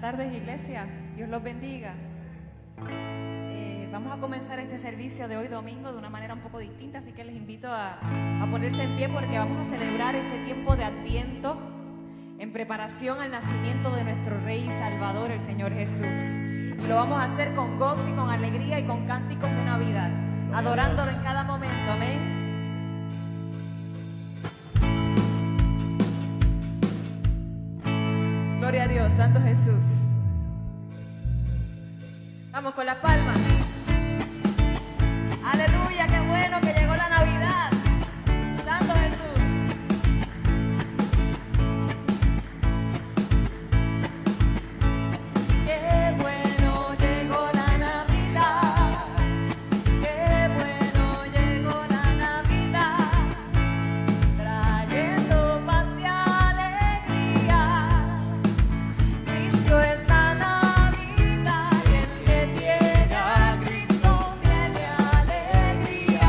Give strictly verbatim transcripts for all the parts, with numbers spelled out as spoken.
tardes, iglesia. Dios los bendiga. Eh, vamos a comenzar este servicio de hoy domingo de una manera un poco distinta, así que les invito a, a ponerse en pie porque vamos a celebrar este tiempo de Adviento en preparación al nacimiento de nuestro Rey y Salvador, el Señor Jesús. Y lo vamos a hacer con gozo y con alegría y con cánticos de Navidad, adorándolo en cada momento. Amén. Gloria a Dios, Santo Jesús. Vamos con las palmas. Aleluya, qué bueno que llegó la Navidad. Santo Jesús. Qué bueno llegó la Navidad. Qué bueno llegó la Navidad. Trayendo paz y alegría. Cristo es la Navidad y el que tiene a Cristo tiene alegría.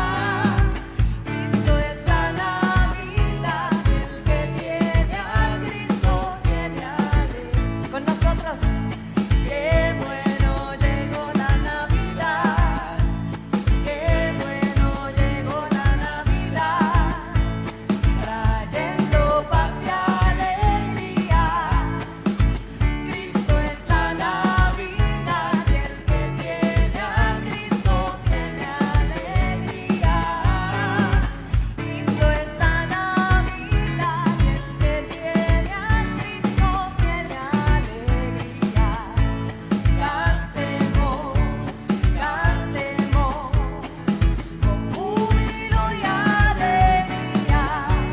Cristo es la Navidad y el que tiene a Cristo tiene alegría. Con nosotros, qué bueno llegó la Navidad. Qué bueno llegó la Navidad. Trayendo paz y alegría. Cristo es la Navidad y el que tiene a Cristo tiene alegría. Cristo es la Navidad y el que tiene a Cristo tiene alegría. Cantemos, cantemos con júbilo y alegría.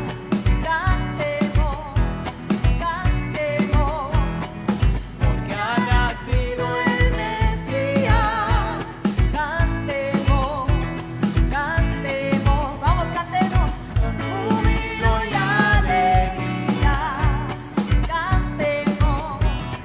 Cantemos, cantemos. Porque ha nacido el Mesías. Cantemos, cantemos. Vamos, cantemos con júbilo y alegría. Cantemos,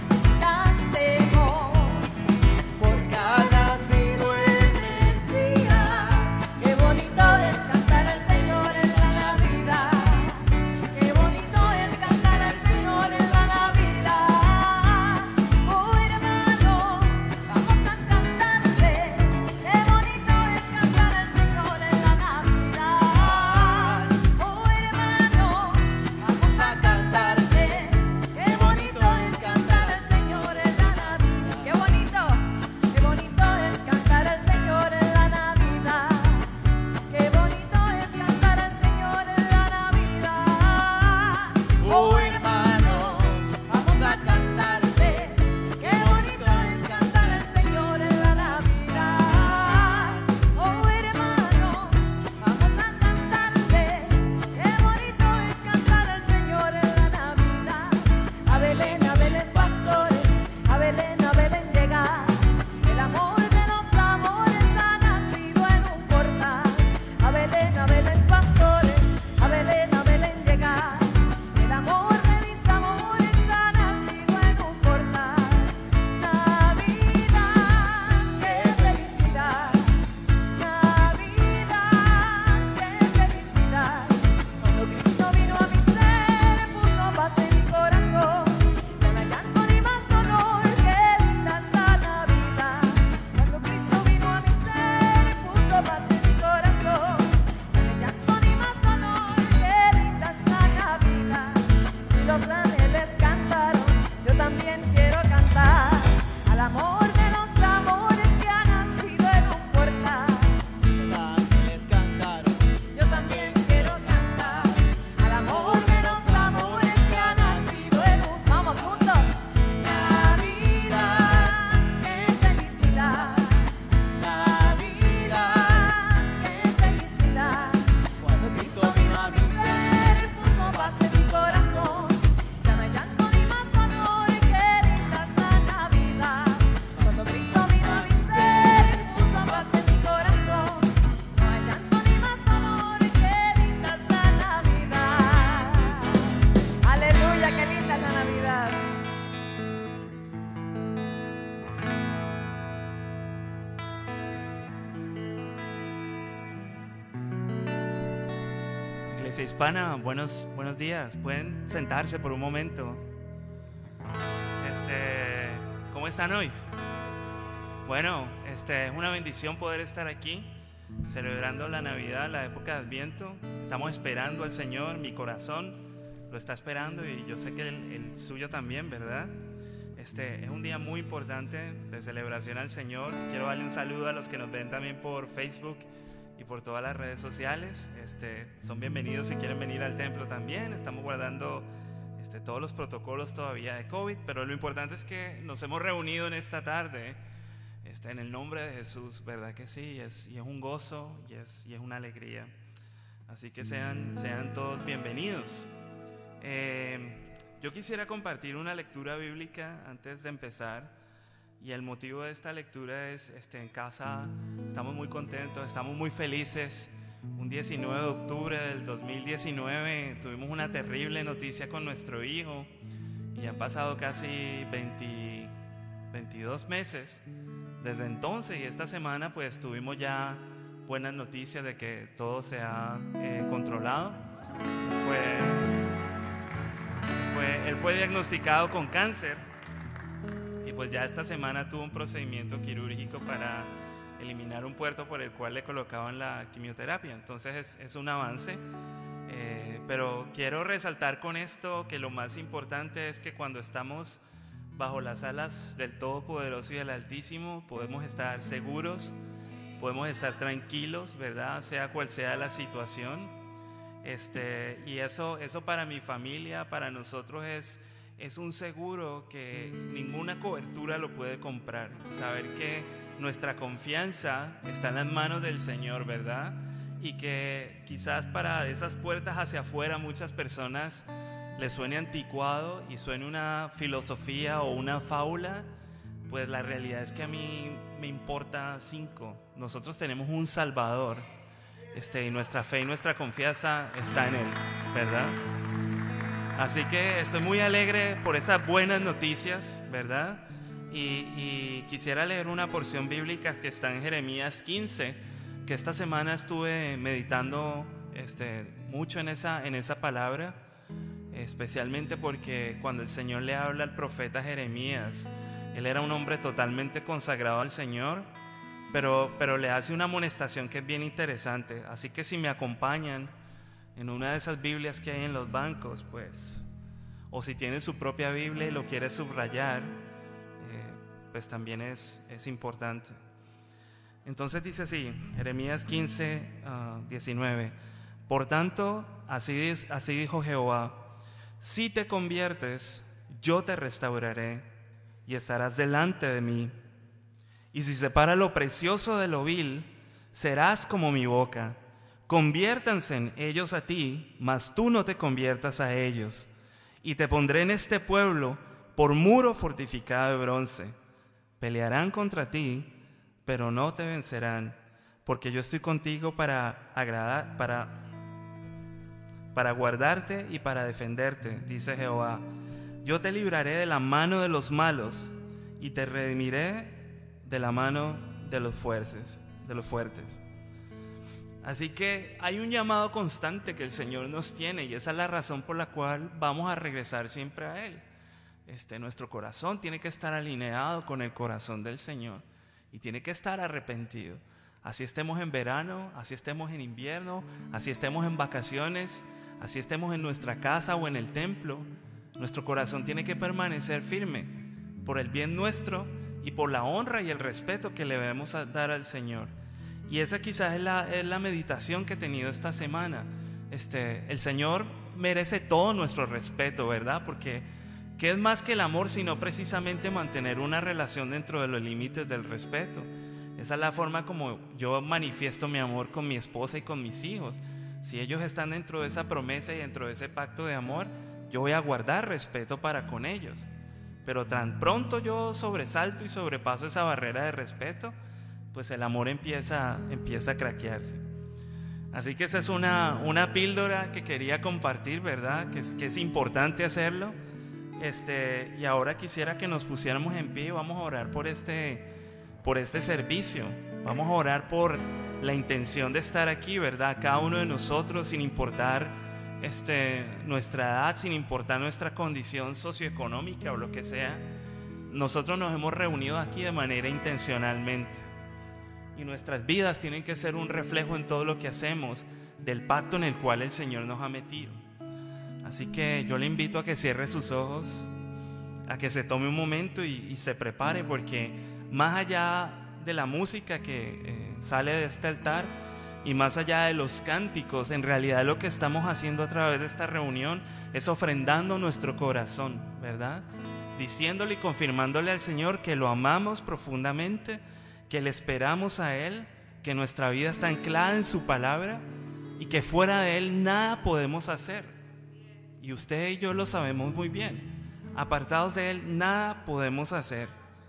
cantemos. Porque ha nacido el Mesías. Qué bonito es cantar al Señor en la Navidad. Qué bonito es cantar al Señor en la Navidad. Oh, hermano, vamos a cantarle. Qué bonito es cantar al Señor en la Navidad. Oh, hermano, vamos a cantarle. Qué bonito es cantar al Señor en la Navidad. Qué bonito, qué bonito es cantar al Señor en la Navidad. Qué bonito es cantar al Señor en la Navidad. Oh, hermano, vamos a cantarle. Qué bonito es cantar al Señor en la Navidad. Oh, hermano, vamos a cantarle. Qué bonito es cantar al Señor en la Navidad. A Belén, a Belén, pastores, a Belén, a Belén llegar. El amor de los amores ha nacido en un portal. A Belén, a Belén, pastores, a Belén, a Belén llegar. El amor de mis amores ha nacido en un portal. Navidad, qué felicidad. Navidad, qué felicidad. Cuando Cristo vino a mi ser, puso paz en mi corazón. Ya no hay llanto ni más dolor, qué linda es la Navidad. Cuando Cristo vino a mi ser, puso paz en mi corazón. Ya no hay llanto ni más dolor, qué linda es la Navidad. Si los ángeles cantaron, yo también quiero cantar al amor de los amores que ha nacido en un portal. Si los ángeles cantaron, yo también quiero cantar al amor de los amores que ha nacido en un. Vamos juntos. Navidad, qué felicidad. Navidad, qué felicidad. Cuando Cristo vino a mi ser, puso paz en mi corazón. Ya no hay llanto ni más dolor, qué linda es la Navidad. Cuando Cristo vino a mi ser, puso paz en mi corazón. No hay llanto ni más dolor, qué linda es la Navidad. Aleluya, qué linda es la Navidad. Iglesia Hispana, buenos, buenos días. Pueden sentarse por un momento. Este, están hoy? Bueno, este, es una bendición poder estar aquí celebrando la Navidad, la época de Adviento. Estamos esperando al Señor, mi corazón lo está esperando y yo sé que el, el suyo también, ¿verdad? Este, es un día muy importante de celebración al Señor. Quiero darle un saludo a los que nos ven también por Facebook y por todas las redes sociales. Este, son bienvenidos si quieren venir al templo también. Estamos guardando este, todos los protocolos todavía de COVID, pero lo importante es que nos hemos reunido en esta tarde este, en el nombre de Jesús, ¿verdad que sí? Y es, y es un gozo y es, y es una alegría. Así que sean, sean todos bienvenidos. Eh, yo quisiera compartir una lectura bíblica antes de empezar. Y el motivo de esta lectura es, este, en casa estamos muy contentos, estamos muy felices. Un diecinueve de octubre del dos mil diecinueve tuvimos una terrible noticia con nuestro hijo y han pasado casi veinte, veintidós meses desde entonces, y esta semana pues tuvimos ya buenas noticias de que todo se ha eh, controlado. Fue, fue, él fue diagnosticado con cáncer. Y pues ya esta semana tuvo un procedimiento quirúrgico para eliminar un puerto por el cual le colocaban la quimioterapia. Entonces es, es un avance, eh, pero quiero resaltar con esto que lo más importante es que cuando estamos bajo las alas del Todopoderoso y del Altísimo podemos estar seguros, podemos estar tranquilos, ¿verdad? Sea cual sea la situación. Este, y eso, eso para mi familia, para nosotros es... es un seguro que ninguna cobertura lo puede comprar. Saber que nuestra confianza está en las manos del Señor, ¿verdad? Y que quizás para esas puertas hacia afuera muchas personas les suene anticuado y suene una filosofía o una fábula, pues la realidad es que a mí me importa cinco. Nosotros tenemos un Salvador, este, y nuestra fe y nuestra confianza está en Él, ¿verdad? Así que estoy muy alegre por esas buenas noticias, ¿verdad? Y, y quisiera leer una porción bíblica que está en Jeremías quince, que esta semana estuve meditando este, mucho en esa, en esa palabra, especialmente porque cuando el Señor le habla al profeta Jeremías, él era un hombre totalmente consagrado al Señor, pero, pero le hace una amonestación que es bien interesante. Así que si me acompañan en una de esas Biblias que hay en los bancos, pues, o si tiene su propia Biblia y lo quiere subrayar, eh, pues también es, es importante. Entonces dice así, Jeremías quince, uh, diecinueve: Por tanto, así, así dijo Jehová, si te conviertes, yo te restauraré y estarás delante de mí. Y si separa lo precioso de lo vil, serás como mi boca. Conviértanse en ellos a ti, mas tú no te conviertas a ellos. Y te pondré en este pueblo por muro fortificado de bronce. Pelearán contra ti, pero no te vencerán, porque yo estoy contigo para agradar, para, para guardarte y para defenderte, dice Jehová. Yo te libraré de la mano de los malos y te redimiré de la mano de los fuertes, de los fuertes. Así que hay un llamado constante que el Señor nos tiene, y esa es la razón por la cual vamos a regresar siempre a Él. Este, nuestro corazón tiene que estar alineado con el corazón del Señor y tiene que estar arrepentido. Así estemos en verano, así estemos en invierno, así estemos en vacaciones, así estemos en nuestra casa o en el templo, nuestro corazón tiene que permanecer firme por el bien nuestro y por la honra y el respeto que le debemos a dar al Señor. Y esa quizás es la, es la meditación que he tenido esta semana. Este, el Señor merece todo nuestro respeto, ¿verdad? Porque ¿qué es más que el amor sino precisamente mantener una relación dentro de los límites del respeto? Esa es la forma como yo manifiesto mi amor con mi esposa y con mis hijos. Si ellos están dentro de esa promesa y dentro de ese pacto de amor, yo voy a guardar respeto para con ellos. Pero tan pronto yo sobresalto y sobrepaso esa barrera de respeto, pues el amor empieza, empieza a craquearse. Así que esa es una, una píldora que quería compartir, ¿verdad? Que es, que es importante hacerlo. Este, y ahora quisiera que nos pusiéramos en pie y vamos a orar por este, por este servicio. Vamos a orar por la intención de estar aquí, ¿verdad? Cada uno de nosotros, sin importar este, nuestra edad, sin importar nuestra condición socioeconómica o lo que sea. nosotros nos hemos reunido aquí de manera intencionalmente. Y nuestras vidas tienen que ser un reflejo en todo lo que hacemos del pacto en el cual el Señor nos ha metido. Así que yo le invito a que cierre sus ojos, a que se tome un momento y, y se prepare, porque más allá de la música que eh, sale de este altar y más allá de los cánticos, en realidad lo que estamos haciendo a través de esta reunión es ofrendando nuestro corazón, ¿verdad? Diciéndole y confirmándole al Señor que lo amamos profundamente, que le esperamos a Él, que nuestra vida está anclada en su palabra y que fuera de Él nada podemos hacer. Y usted y yo lo sabemos muy bien. Apartados de Él nada podemos hacer.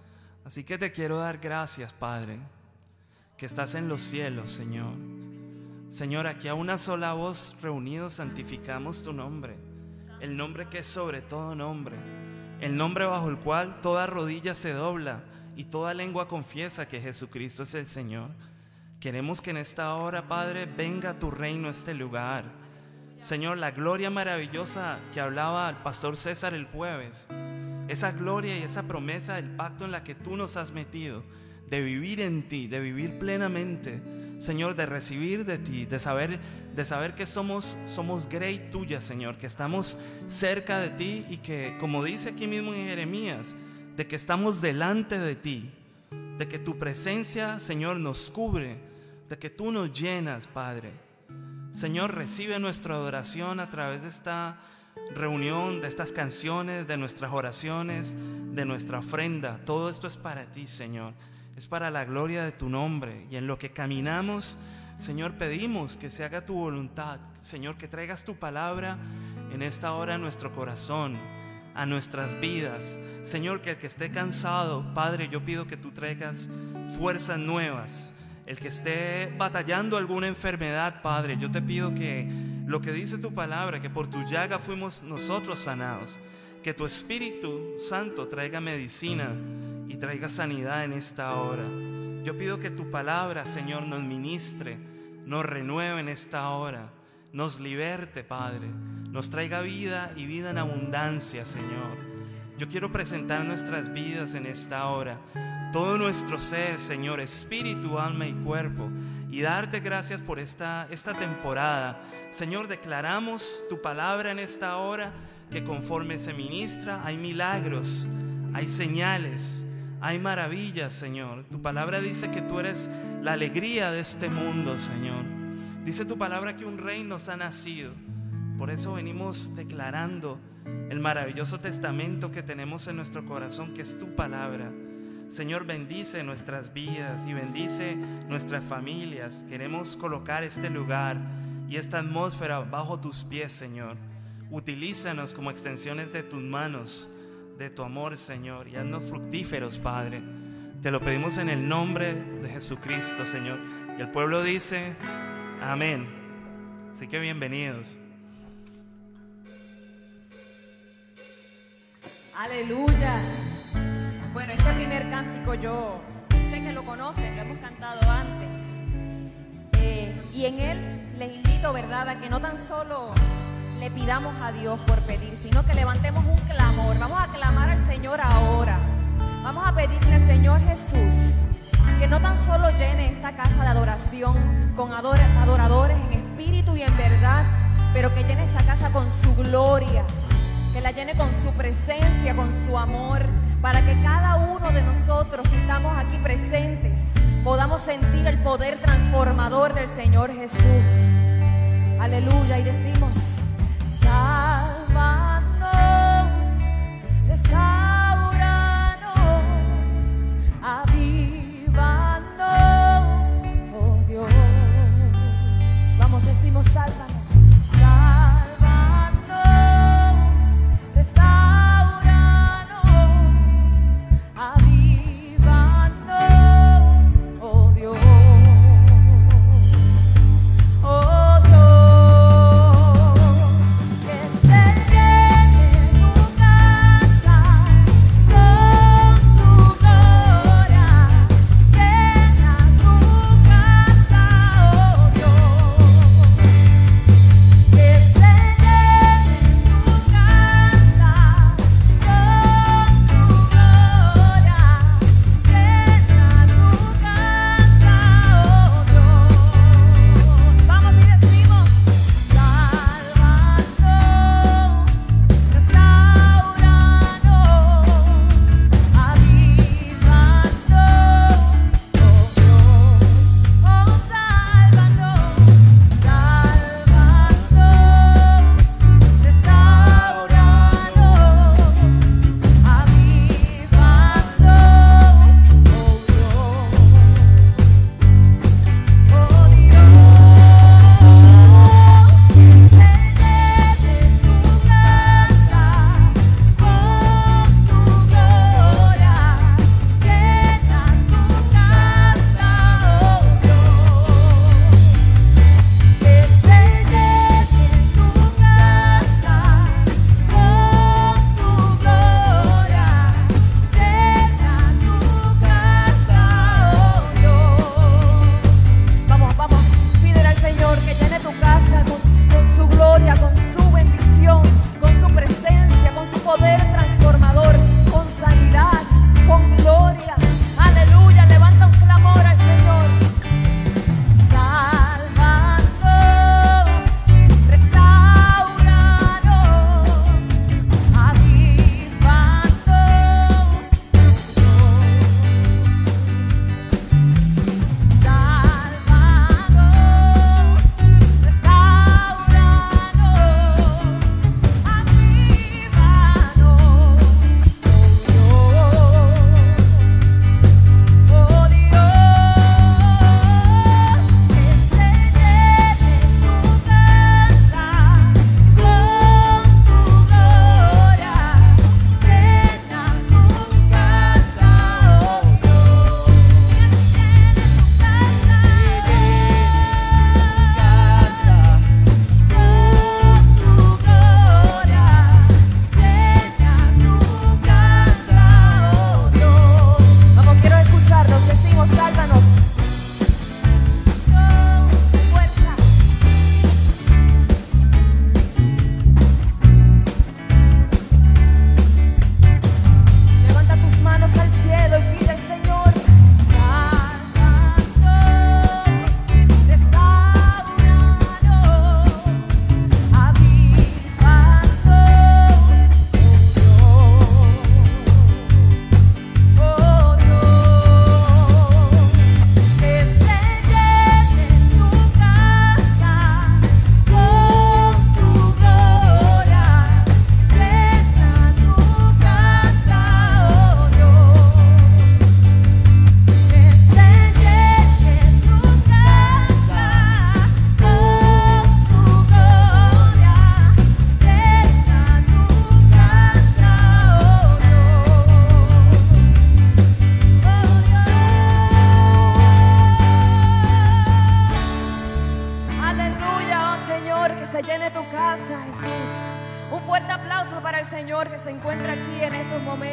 Así que te quiero dar gracias, Padre, que estás en los cielos, Señor. Señor, aquí a una sola voz reunidos santificamos tu nombre, el nombre que es sobre todo nombre, el nombre bajo el cual toda rodilla se dobla y toda lengua confiesa que Jesucristo es el Señor. Queremos que en esta hora, Padre, venga tu reino a este lugar. Señor, la gloria maravillosa que hablaba el pastor César el jueves, esa gloria y esa promesa del pacto en la que tú nos has metido, de vivir en ti, de vivir plenamente, Señor, de recibir de ti, de saber, de saber que somos, somos grey tuya, Señor, que estamos cerca de ti y que, como dice aquí mismo en Jeremías, de que estamos delante de ti, de que tu presencia, Señor, nos cubre, de que tú nos llenas, Padre. Señor, recibe nuestra adoración a través de esta reunión, de estas canciones, de nuestras oraciones, de nuestra ofrenda. Todo esto es para ti, Señor. Es para la gloria de tu nombre. Y en lo que caminamos, Señor, pedimos que se haga tu voluntad. Señor, que traigas tu palabra en esta hora a nuestro corazón, a nuestras vidas. Señor, que el que esté cansado, Padre, yo pido que tú traigas fuerzas nuevas. El que esté batallando alguna enfermedad, Padre, yo te pido que lo que dice tu palabra, que por tu llaga fuimos nosotros sanados, que tu Espíritu Santo traiga medicina y traiga sanidad en esta hora. Yo pido que tu palabra, Señor, nos ministre, nos renueve en esta hora, nos liberte, Padre, nos traiga vida y vida en abundancia, Señor. Yo quiero presentar nuestras vidas en esta hora, todo nuestro ser, Señor, espíritu, alma y cuerpo, y darte gracias por esta, esta temporada. Señor, declaramos tu palabra en esta hora, que conforme se ministra hay milagros, hay señales, hay maravillas, Señor. Tu palabra dice que tú eres la alegría de este mundo, Señor. Dice tu palabra que un rey nos ha nacido. Por eso venimos declarando el maravilloso testamento que tenemos en nuestro corazón, que es tu palabra. Señor, bendice nuestras vidas y bendice nuestras familias. Queremos colocar este lugar y esta atmósfera bajo tus pies, Señor. Utilízanos como extensiones de tus manos, de tu amor, Señor, y haznos fructíferos, Padre. Te lo pedimos en el nombre de Jesucristo, Señor. Y el pueblo dice, amén. Así que bienvenidos. Aleluya. Bueno, este primer cántico yo sé que lo conocen, lo hemos cantado antes. Eh, y en él les invito, ¿verdad?, a que no tan solo le pidamos a Dios por pedir, sino que levantemos un clamor. Vamos a clamar al Señor ahora. Vamos a pedirle al Señor Jesús que no tan solo llene esta casa de adoración con adoradores en espíritu y en verdad, pero que llene esta casa con su gloria, que la llene con su presencia, con su amor, para que cada uno de nosotros que estamos aquí presentes podamos sentir el poder transformador del Señor Jesús. Aleluya. Y decimos: sálvanos, restauranos, avívanos, oh Dios. Vamos, decimos: sálvanos. Oh Dios,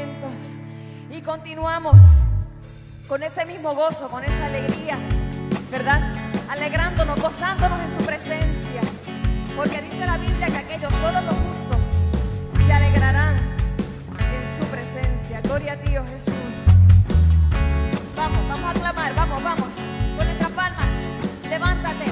momentos y continuamos con ese mismo gozo, con esa alegría, ¿verdad? Alegrándonos, gozándonos en su presencia, porque dice la Biblia que aquellos solo los justos se alegrarán en su presencia. Gloria a Dios, Jesús. Vamos, vamos a clamar, vamos, vamos, con nuestras palmas, levántate.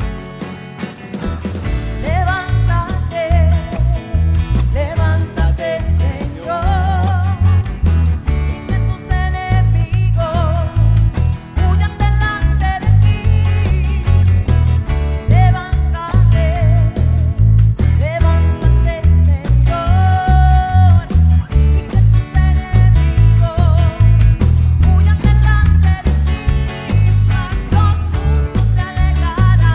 Levántate, levántate, Señor, y que tus enemigos huyan delante de ti. Levántate, levántate, Señor, y que tus enemigos huyan delante de ti. Mas los justos se alegrarán.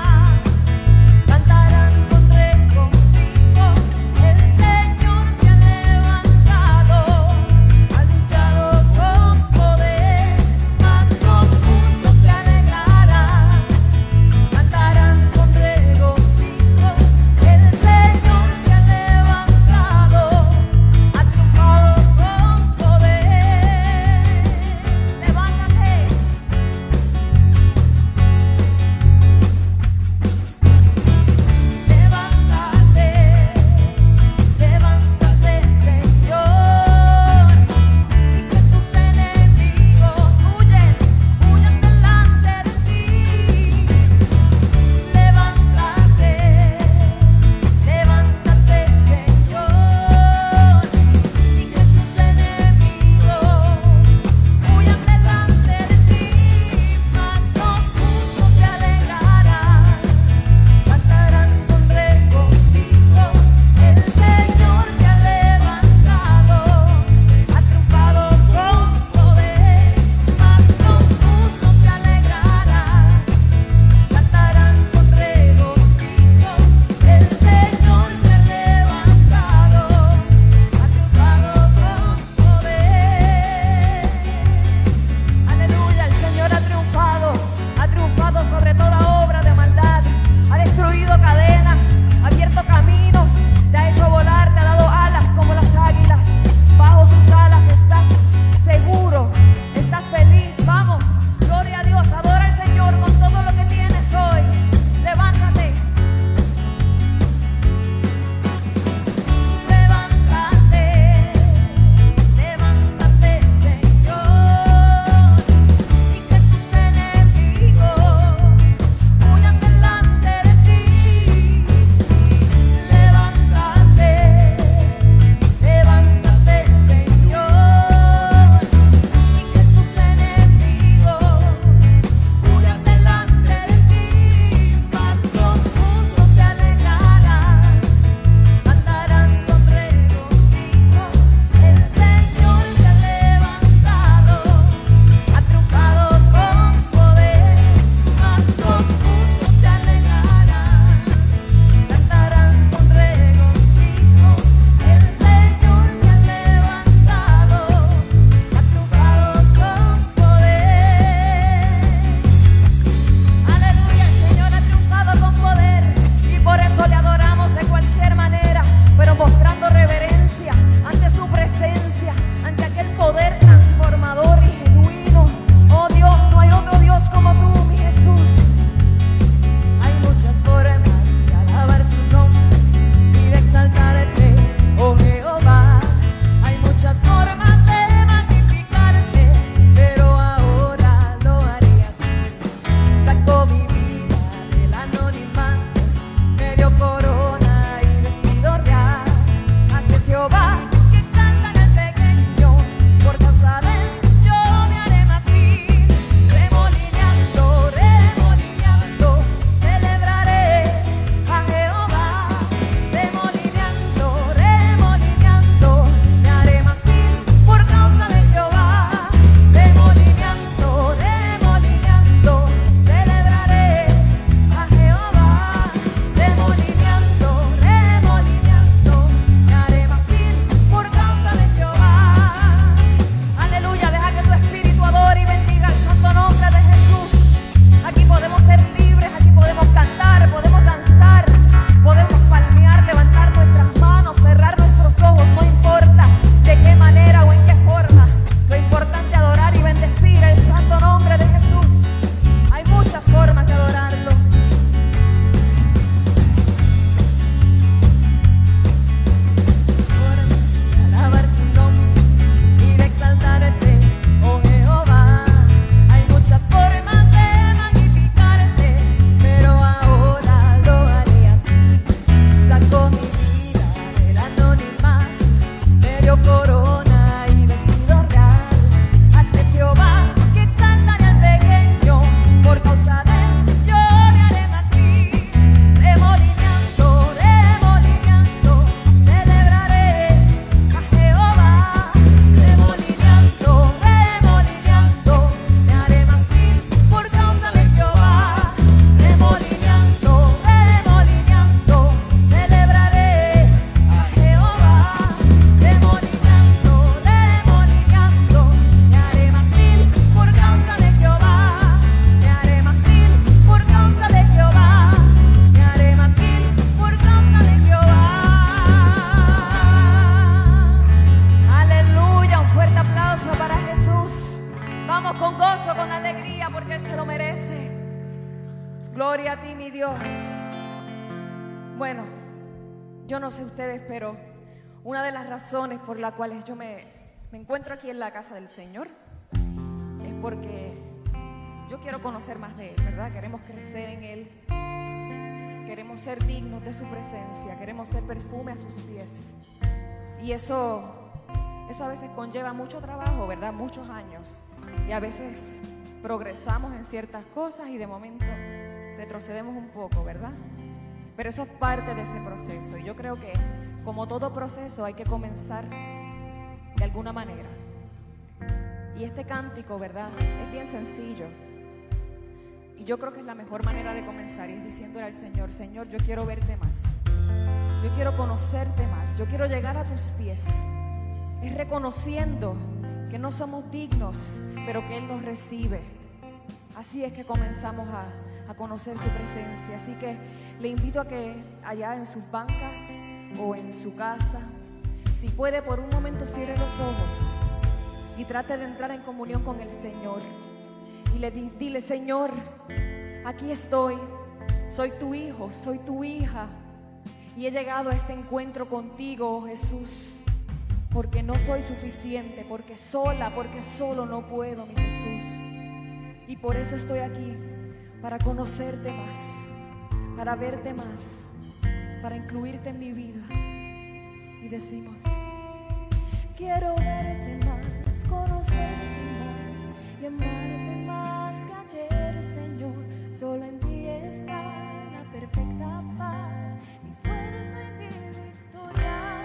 Gloria a ti, mi Dios. Bueno, yo no sé ustedes, pero una de las razones por las cuales yo me, me encuentro aquí en la casa del Señor es porque yo quiero conocer más de Él, ¿verdad? Queremos crecer en Él, queremos ser dignos de su presencia, queremos ser perfume a sus pies. Y eso, eso a veces conlleva mucho trabajo, ¿verdad? Muchos años. Y a veces progresamos en ciertas cosas y de momento retrocedemos un poco, ¿verdad? Pero eso es parte de ese proceso. Y yo creo que, como todo proceso, hay que comenzar de alguna manera. Y este cántico, ¿verdad?, es bien sencillo. Y yo creo que es la mejor manera de comenzar. Y es diciéndole al Señor: Señor, yo quiero verte más. Yo quiero conocerte más. Yo quiero llegar a tus pies. Es reconociendo que no somos dignos, pero que Él nos recibe. Así es que comenzamos a, a conocer su presencia. Así que le invito a que allá en sus bancas o en su casa, si puede, por un momento cierre los ojos y trate de entrar en comunión con el Señor. Y le di, dile: Señor, aquí estoy, soy tu hijo, soy tu hija, y he llegado a este encuentro contigo, oh Jesús, porque no soy suficiente, porque sola, porque solo no puedo, mi Jesús. Y por eso estoy aquí, para conocerte más, para verte más, para incluirte en mi vida. Y decimos: quiero verte más, conocerte más y amarte más que ayer, Señor. Solo en ti está la perfecta paz, mi fuerza y mi victoria.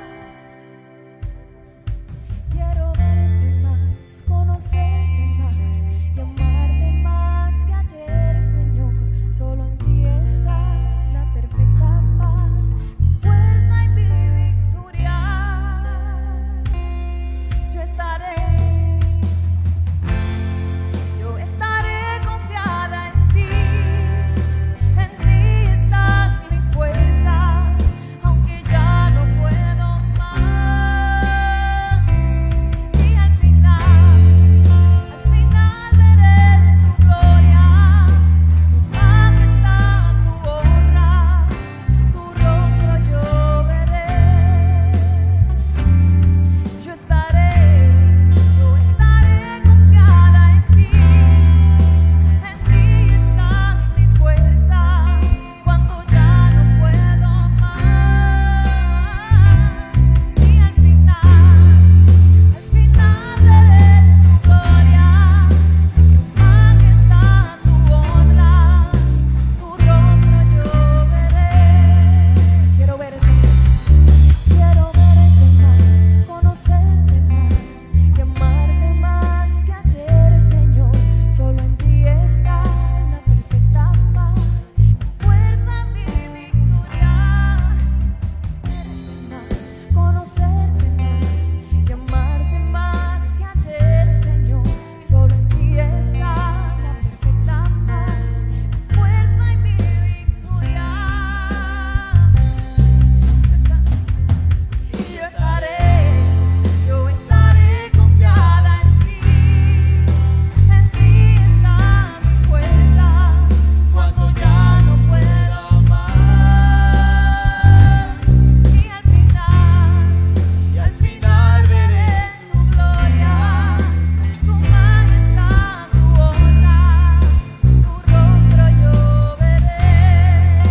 Quiero verte más, conocerte más y amarte más que ayer, Señor. Solo en ti está la perfecta paz, mi fuerza y mi victoria. Yo estaré, yo estaré confiada en ti, en ti están mis fuerzas, aunque ya no puedo más. Y al final, al final veré tu gloria, tu majestad, tu honra, tu rostro yo veré. Yo estaré, yo estaré confiada en ti, en ti están mis fuerzas, cuando ya no puedo más. Y al final, al final veré tu gloria, tu majestad, tu honra, tu rostro yo veré. Quiero verte, quiero verte más, conocerte más y amarte más que ayer, Señor. Solo en ti está la perfecta paz, mi fuerza, mi victoria. Verte más, conocerte más y amarte más que ayer, Señor. Solo en ti está la perfecta paz, mi fuerza y mi victoria. Y yo estaré, yo estaré confiada en ti, en ti está mi fuerza, cuando ya no puedo más. Y al final, y al final veré tu gloria, tu majestad, tu honra, tu rostro yo veré.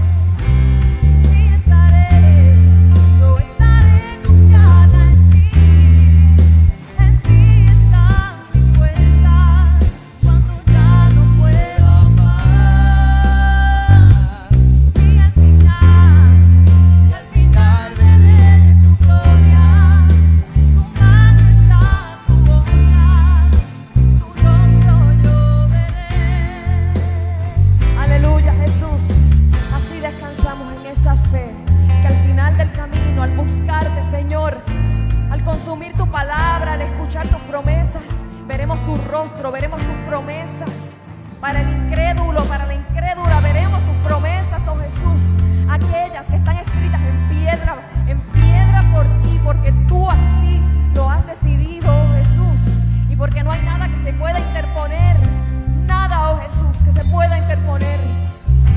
Y estaré, yo estaré confiada en ti, en ti están mis fuerzas, cuando ya no puedo más. Y al final, al final veré tu gloria, tu majestad, tu honra, tu rostro yo veré. Aleluya, Jesús. Así descansamos en esa fe, que al final del camino, al buscarte, Señor, al consumir tu palabra, al escuchar tus promesas, veremos tu rostro, veremos tus promesas. Para el incrédulo, para la incrédula, veremos tus promesas, oh Jesús, aquellas que están escritas en piedra, en piedra por ti, porque tú así lo has decidido, oh Jesús, y porque no hay nada que se pueda interponer, nada, oh Jesús, que se pueda interponer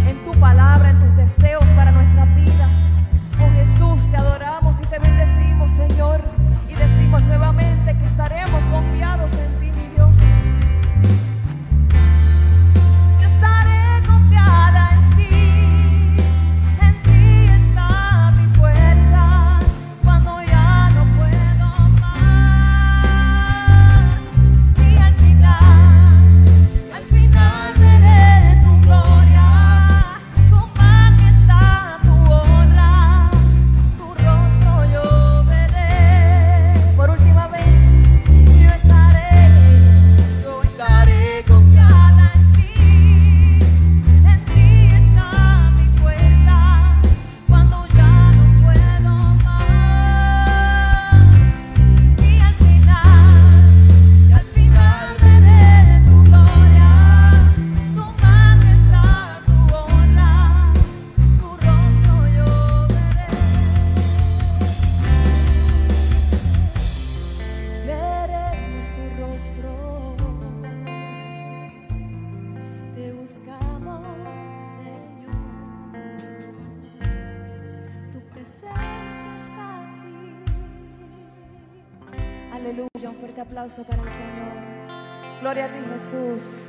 Aleluya, un fuerte aplauso para el Señor. Gloria a ti, Jesús.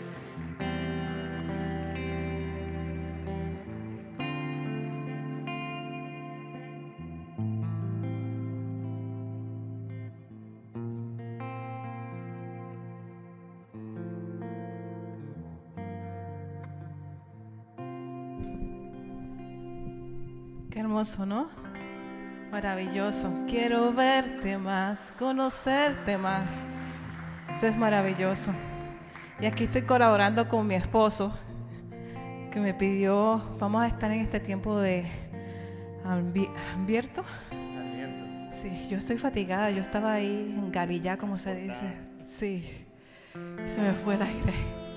Qué hermoso, ¿no? Maravilloso. Quiero verte más, conocerte más. Eso es maravilloso. Y aquí estoy colaborando con mi esposo, que me pidió, vamos a estar en este tiempo de ambi- ¿Advierto? Adviento. Sí, yo estoy fatigada, yo estaba ahí en Galillá, como se dice. Sí, se me fue el aire.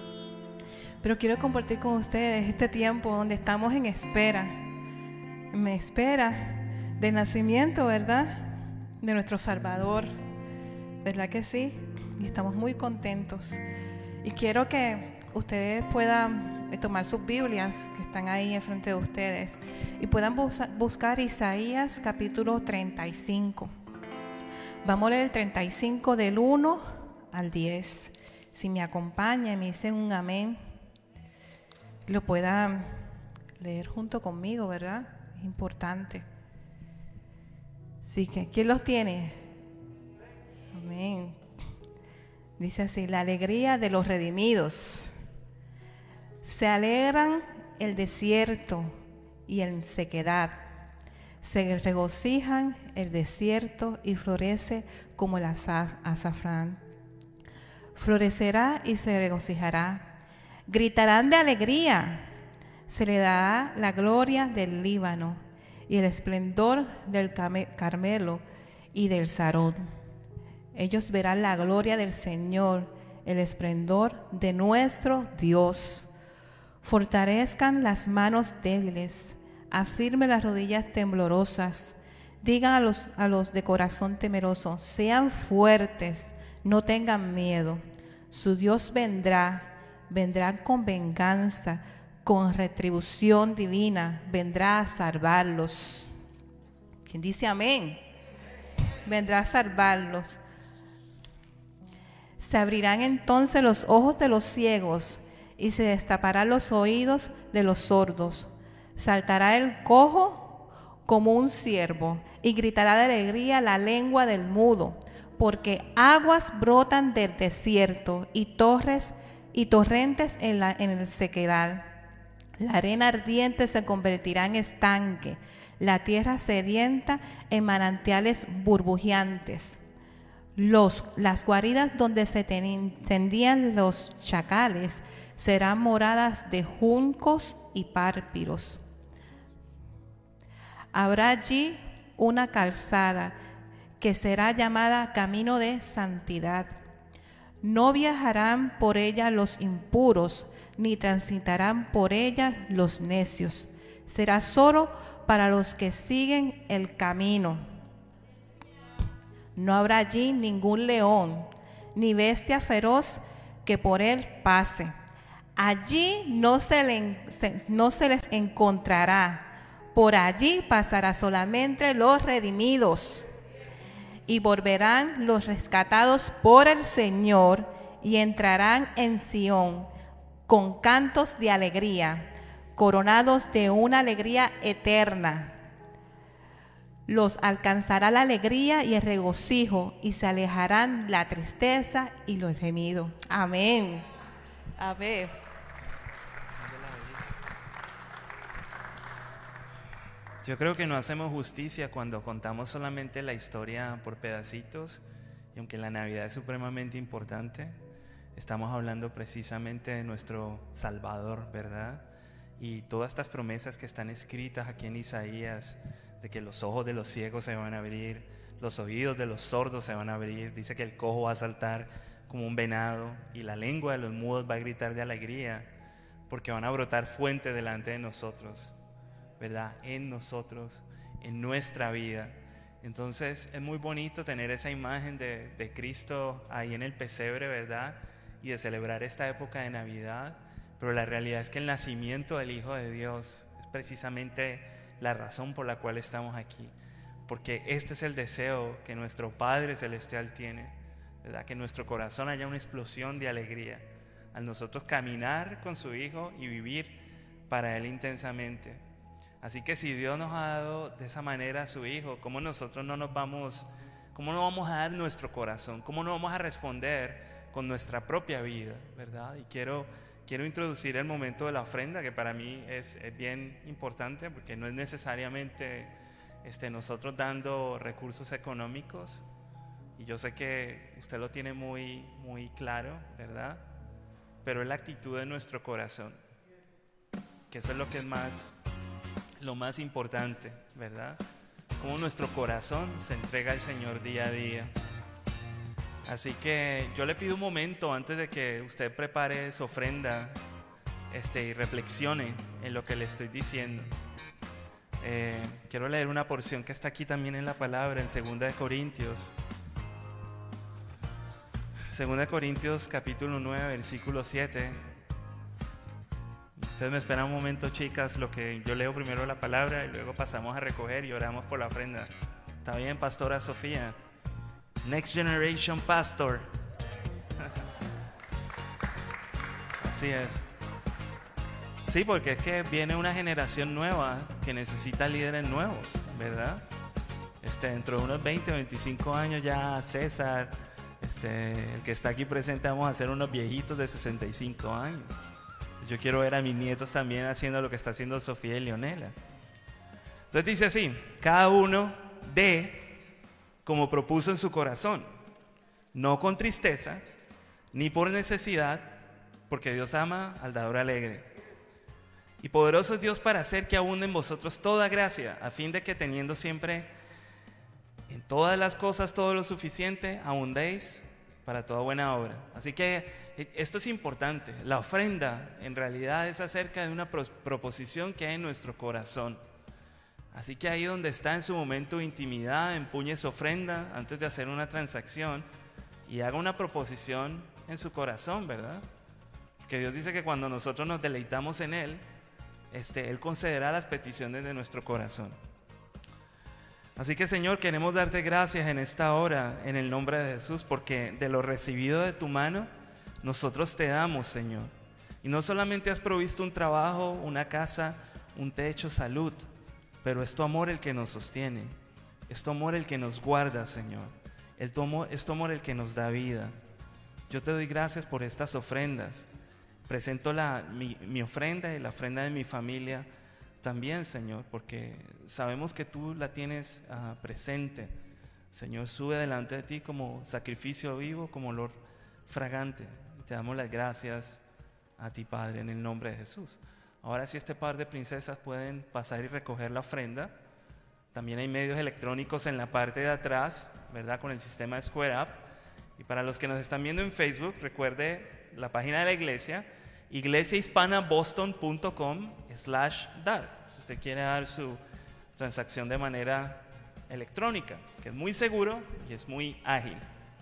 Pero quiero compartir con ustedes este tiempo donde estamos en espera. Me espera del nacimiento, ¿verdad? De nuestro Salvador, ¿verdad que sí? Y estamos muy contentos. Y quiero que ustedes puedan tomar sus Biblias que están ahí enfrente de ustedes y puedan bus- buscar Isaías capítulo treinta y cinco. Vamos a leer el treinta y cinco del uno al diez. Si me acompañan y me dicen un amén, lo puedan leer junto conmigo, ¿verdad? Es importante. Así que, ¿quién los tiene? Amén. Dice así: la alegría de los redimidos. Se alegran el desierto y en sequedad. Se regocijan el desierto y florece como el azaf- azafrán. Florecerá y se regocijará. Gritarán de alegría. Se le dará la gloria del Líbano y el esplendor del Carmelo y del Sarón. Ellos verán la gloria del Señor, el esplendor de nuestro Dios. Fortalezcan las manos débiles, afirmen las rodillas temblorosas. Digan a los, a los de corazón temeroso: sean fuertes, no tengan miedo. Su Dios vendrá, vendrá con venganza, con retribución divina, vendrá a salvarlos. ¿Quién dice amén? Vendrá a salvarlos. Se abrirán entonces los ojos de los ciegos y se destaparán los oídos de los sordos. Saltará el cojo como un ciervo y gritará de alegría la lengua del mudo, porque aguas brotan del desierto y torres y torrentes en la en el sequedad. La arena ardiente se convertirá en estanque, la tierra sedienta en manantiales burbujeantes. Los, las guaridas donde se tendían los chacales serán moradas de juncos y párpiros. Habrá allí una calzada que será llamada camino de santidad. No viajarán por ella los impuros, ni transitarán por ella los necios. Será solo para los que siguen el camino. No habrá allí ningún león, ni bestia feroz que por él pase. Allí no se, le, se, no se les encontrará. Por allí pasará solamente los redimidos. Y volverán los rescatados por el Señor y entrarán en Sión con cantos de alegría, coronados de una alegría eterna. Los alcanzará la alegría y el regocijo, y se alejarán la tristeza y los gemidos. Amén. Amén. Yo creo que no hacemos justicia cuando contamos solamente la historia por pedacitos, y aunque la Navidad es supremamente importante, estamos hablando precisamente de nuestro Salvador, ¿verdad? Y todas estas promesas que están escritas aquí en Isaías, de que los ojos de los ciegos se van a abrir, los oídos de los sordos se van a abrir, dice que el cojo va a saltar como un venado y la lengua de los mudos va a gritar de alegría, porque van a brotar fuentes delante de nosotros, ¿verdad? En nosotros, en nuestra vida. Entonces es muy bonito tener esa imagen de, de Cristo ahí en el pesebre, ¿verdad? Y de celebrar esta época de Navidad, pero la realidad es que el nacimiento del Hijo de Dios es precisamente la razón por la cual estamos aquí, porque este es el deseo que nuestro Padre Celestial tiene, ¿verdad? Que en nuestro corazón haya una explosión de alegría al nosotros caminar con su Hijo y vivir para Él intensamente. Así que si Dios nos ha dado de esa manera a su Hijo, ¿cómo nosotros no nos vamos, cómo no vamos a dar nuestro corazón? ¿Cómo no vamos a responder con nuestra propia vida, verdad? Y quiero, quiero introducir el momento de la ofrenda, que para mí es, es bien importante, porque no es necesariamente este, nosotros dando recursos económicos, y yo sé que usted lo tiene muy, muy claro, ¿verdad? Pero es la actitud de nuestro corazón, que eso es lo que es más, lo más importante, ¿verdad? Cómo nuestro corazón se entrega al Señor día a día. Así que yo le pido un momento antes de que usted prepare su ofrenda este, y reflexione en lo que le estoy diciendo. Eh, quiero leer una porción que está aquí también en la palabra, en segunda de Corintios. segunda de Corintios capítulo nueve, versículo siete. Ustedes me esperan un momento, chicas, lo que yo leo primero la palabra y luego pasamos a recoger y oramos por la ofrenda. ¿Está bien, Pastora Sofía? Next Generation Pastor. Así es. Sí, porque es que viene una generación nueva que necesita líderes nuevos, ¿verdad? Este, dentro de unos veinte, veinticinco años ya César, este, el que está aquí presente, vamos a ser unos viejitos de sesenta y cinco años. Yo quiero ver a mis nietos también haciendo lo que está haciendo Sofía y Leonela. Entonces dice así: cada uno dé como propuso en su corazón, no con tristeza, ni por necesidad, porque Dios ama al dador alegre. Y poderoso es Dios para hacer que abunde en vosotros toda gracia, a fin de que teniendo siempre en todas las cosas todo lo suficiente, abundéis para toda buena obra. Así que esto es importante. La ofrenda en realidad es acerca de una proposición que hay en nuestro corazón. Así que ahí donde está en su momento de intimidad, empuñe su ofrenda antes de hacer una transacción y haga una proposición en su corazón, ¿verdad? Que Dios dice que cuando nosotros nos deleitamos en Él, este, Él concederá las peticiones de nuestro corazón. Así que, Señor, queremos darte gracias en esta hora, en el nombre de Jesús, porque de lo recibido de tu mano, nosotros te damos, Señor. Y no solamente has provisto un trabajo, una casa, un techo, salud, pero es tu amor el que nos sostiene, es tu amor el que nos guarda, Señor, es tu amor, es tu amor el que nos da vida. Yo te doy gracias por estas ofrendas. Presento la, mi, mi ofrenda y la ofrenda de mi familia también, Señor, porque sabemos que tú la tienes uh, presente. Señor, sube delante de ti como sacrificio vivo, como olor fragante. Te damos las gracias a ti, Padre, en el nombre de Jesús. Ahora sí, este par de princesas pueden pasar y recoger la ofrenda. También hay medios electrónicos en la parte de atrás, ¿verdad? Con el sistema Square Up. Y para los que nos están viendo en Facebook, recuerde la página de la iglesia, iglesia hispana boston punto com slash dar. Si usted quiere dar su transacción de manera electrónica, que es muy seguro y es muy ágil.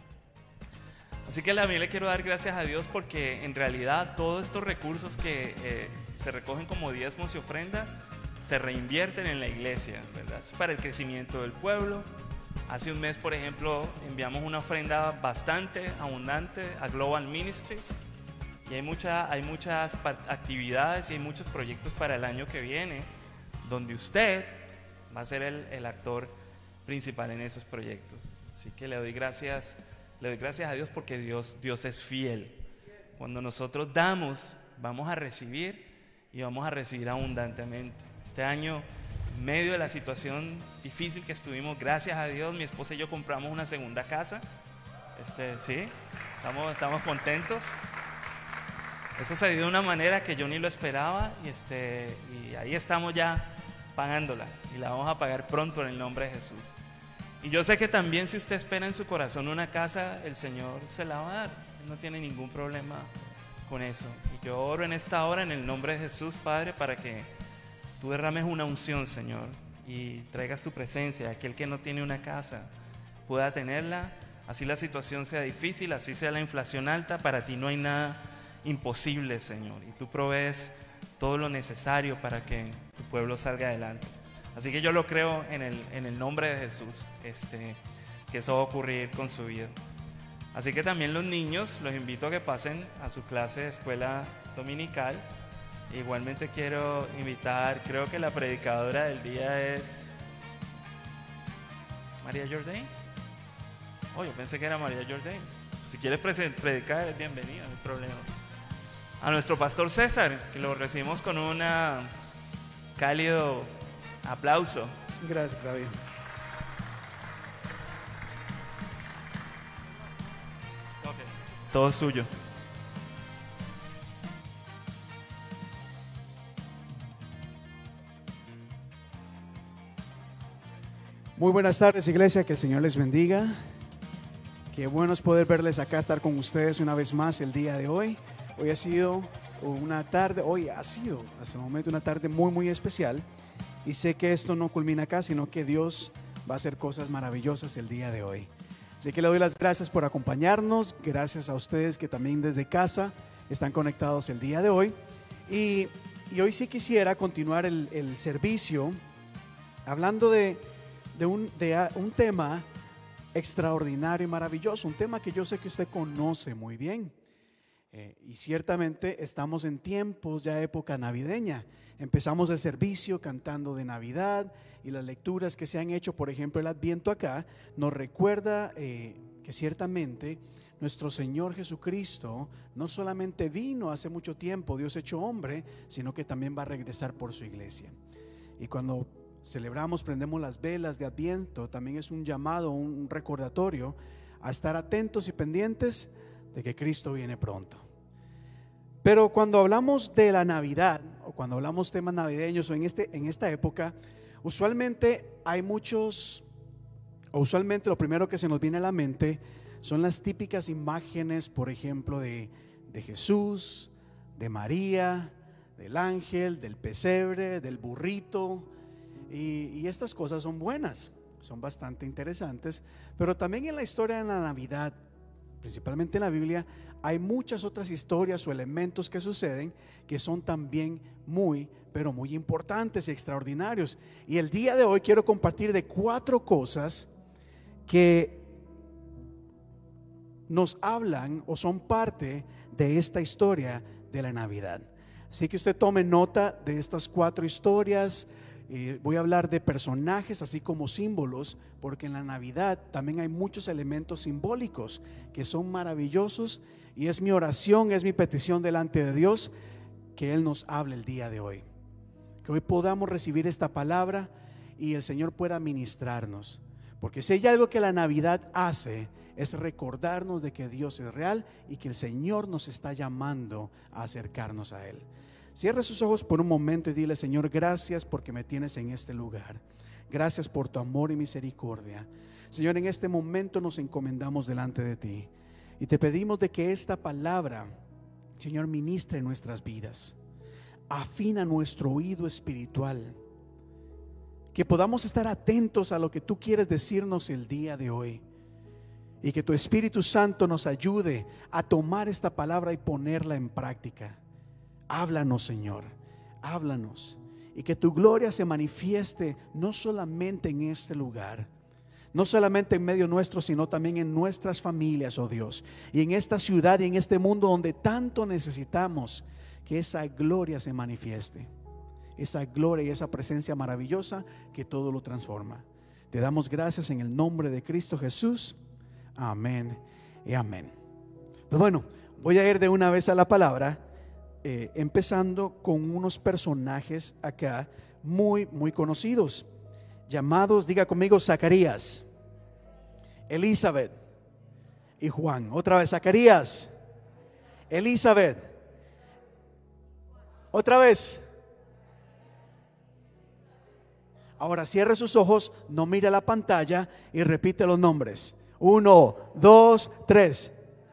Así que también le quiero dar gracias a Dios porque en realidad todos estos recursos que eh, se recogen como diezmos y ofrendas se reinvierten en la iglesia, ¿verdad? Es para el crecimiento del pueblo. Hace un mes, por ejemplo, enviamos una ofrenda bastante abundante a Global Ministries y hay, mucha, hay muchas actividades y hay muchos proyectos para el año que viene donde usted va a ser el, el actor principal en esos proyectos. Así que le doy gracias, le doy gracias a Dios porque Dios, Dios es fiel. Cuando nosotros damos, vamos a recibir y vamos a recibir abundantemente. Este año, en medio de la situación difícil que estuvimos, gracias a Dios, mi esposa y yo compramos una segunda casa. Este, sí, estamos, estamos contentos. Eso se dio de una manera que yo ni lo esperaba y, este, y ahí estamos ya pagándola y la vamos a pagar pronto en el nombre de Jesús. Y yo sé que también si usted espera en su corazón una casa, el Señor se la va a dar. Él no tiene ningún problema con eso. Y yo oro en esta hora en el nombre de Jesús, Padre, para que tú derrames una unción, Señor, y traigas tu presencia. Aquel que no tiene una casa pueda tenerla. Así la situación sea difícil, así sea la inflación alta, para ti no hay nada imposible, Señor. Y tú provees todo lo necesario para que tu pueblo salga adelante. Así que yo lo creo en el, en el nombre de Jesús, este, que eso va a ocurrir con su vida. Así que también los niños los invito a que pasen a su clase de escuela dominical. Igualmente quiero invitar, creo que la predicadora del día es María Jordan. Oh, yo pensé que era María Jordan. Si quieres predicar, es bienvenido, no hay problema. A nuestro pastor César, que lo recibimos con un cálido aplauso. Gracias, David. Okay. Todo suyo. Muy buenas tardes, iglesia, que el Señor les bendiga. Qué bueno es poder verles acá, estar con ustedes una vez más el día de hoy. Hoy ha sido una tarde, hoy ha sido hasta el momento una tarde muy muy especial, y sé que esto no culmina acá, sino que Dios va a hacer cosas maravillosas el día de hoy. Así que le doy las gracias por acompañarnos, gracias a ustedes que también desde casa están conectados el día de hoy. Y, y hoy sí quisiera continuar el, el servicio hablando de, de, un, de un tema extraordinario y maravilloso, un tema que yo sé que usted conoce muy bien. Eh, y ciertamente estamos en tiempos ya época navideña. Empezamos el servicio cantando de Navidad, y las lecturas que se han hecho, por ejemplo el Adviento acá, nos recuerda eh, que ciertamente nuestro Señor Jesucristo no solamente vino hace mucho tiempo, Dios hecho hombre, sino que también va a regresar por su iglesia. Y cuando celebramos, prendemos las velas de Adviento, también es un llamado, un recordatorio a estar atentos y pendientes de que Cristo viene pronto. Pero cuando hablamos de la Navidad, o cuando hablamos temas navideños, o en, este, en esta época, usualmente hay muchos, o usualmente lo primero que se nos viene a la mente son las típicas imágenes, por ejemplo, de, de Jesús, de María, del ángel, del pesebre, del burrito. Y, y estas cosas son buenas, son bastante interesantes, pero también en la historia de la Navidad, principalmente en la Biblia, hay muchas otras historias o elementos que suceden que son también muy, pero muy importantes y extraordinarios. Y el día de hoy quiero compartir de cuatro cosas que nos hablan o son parte de esta historia de la Navidad. Así que usted tome nota de estas cuatro historias. Eh, voy a hablar de personajes así como símbolos, porque en la Navidad también hay muchos elementos simbólicos que son maravillosos, y es mi oración, es mi petición delante de Dios que Él nos hable el día de hoy, que hoy podamos recibir esta palabra y el Señor pueda ministrarnos, porque si hay algo que la Navidad hace es recordarnos de que Dios es real y que el Señor nos está llamando a acercarnos a Él. Cierra sus ojos por un momento y dile: Señor, gracias porque me tienes en este lugar. Gracias por tu amor y misericordia. Señor, en este momento nos encomendamos delante de ti y te pedimos de que esta palabra, Señor, ministre nuestras vidas, afina nuestro oído espiritual, que podamos estar atentos a lo que tú quieres decirnos el día de hoy, y que tu Espíritu Santo nos ayude a tomar esta palabra y ponerla en práctica. Háblanos, Señor, háblanos, y que tu gloria se manifieste no solamente en este lugar, no solamente en medio nuestro, sino también en nuestras familias, oh Dios, y en esta ciudad y en este mundo donde tanto necesitamos que esa gloria se manifieste, esa gloria y esa presencia maravillosa que todo lo transforma. Te damos gracias en el nombre de Cristo Jesús. Amén y amén. Pues bueno, voy a ir de una vez a la palabra. Eh, empezando con unos personajes acá muy, muy conocidos, llamados, diga conmigo, Zacarías, Elizabeth y Juan. Otra vez, Zacarías, Elizabeth, otra vez. Ahora cierre sus ojos, no mire la pantalla y repite los nombres. Uno, dos, tres.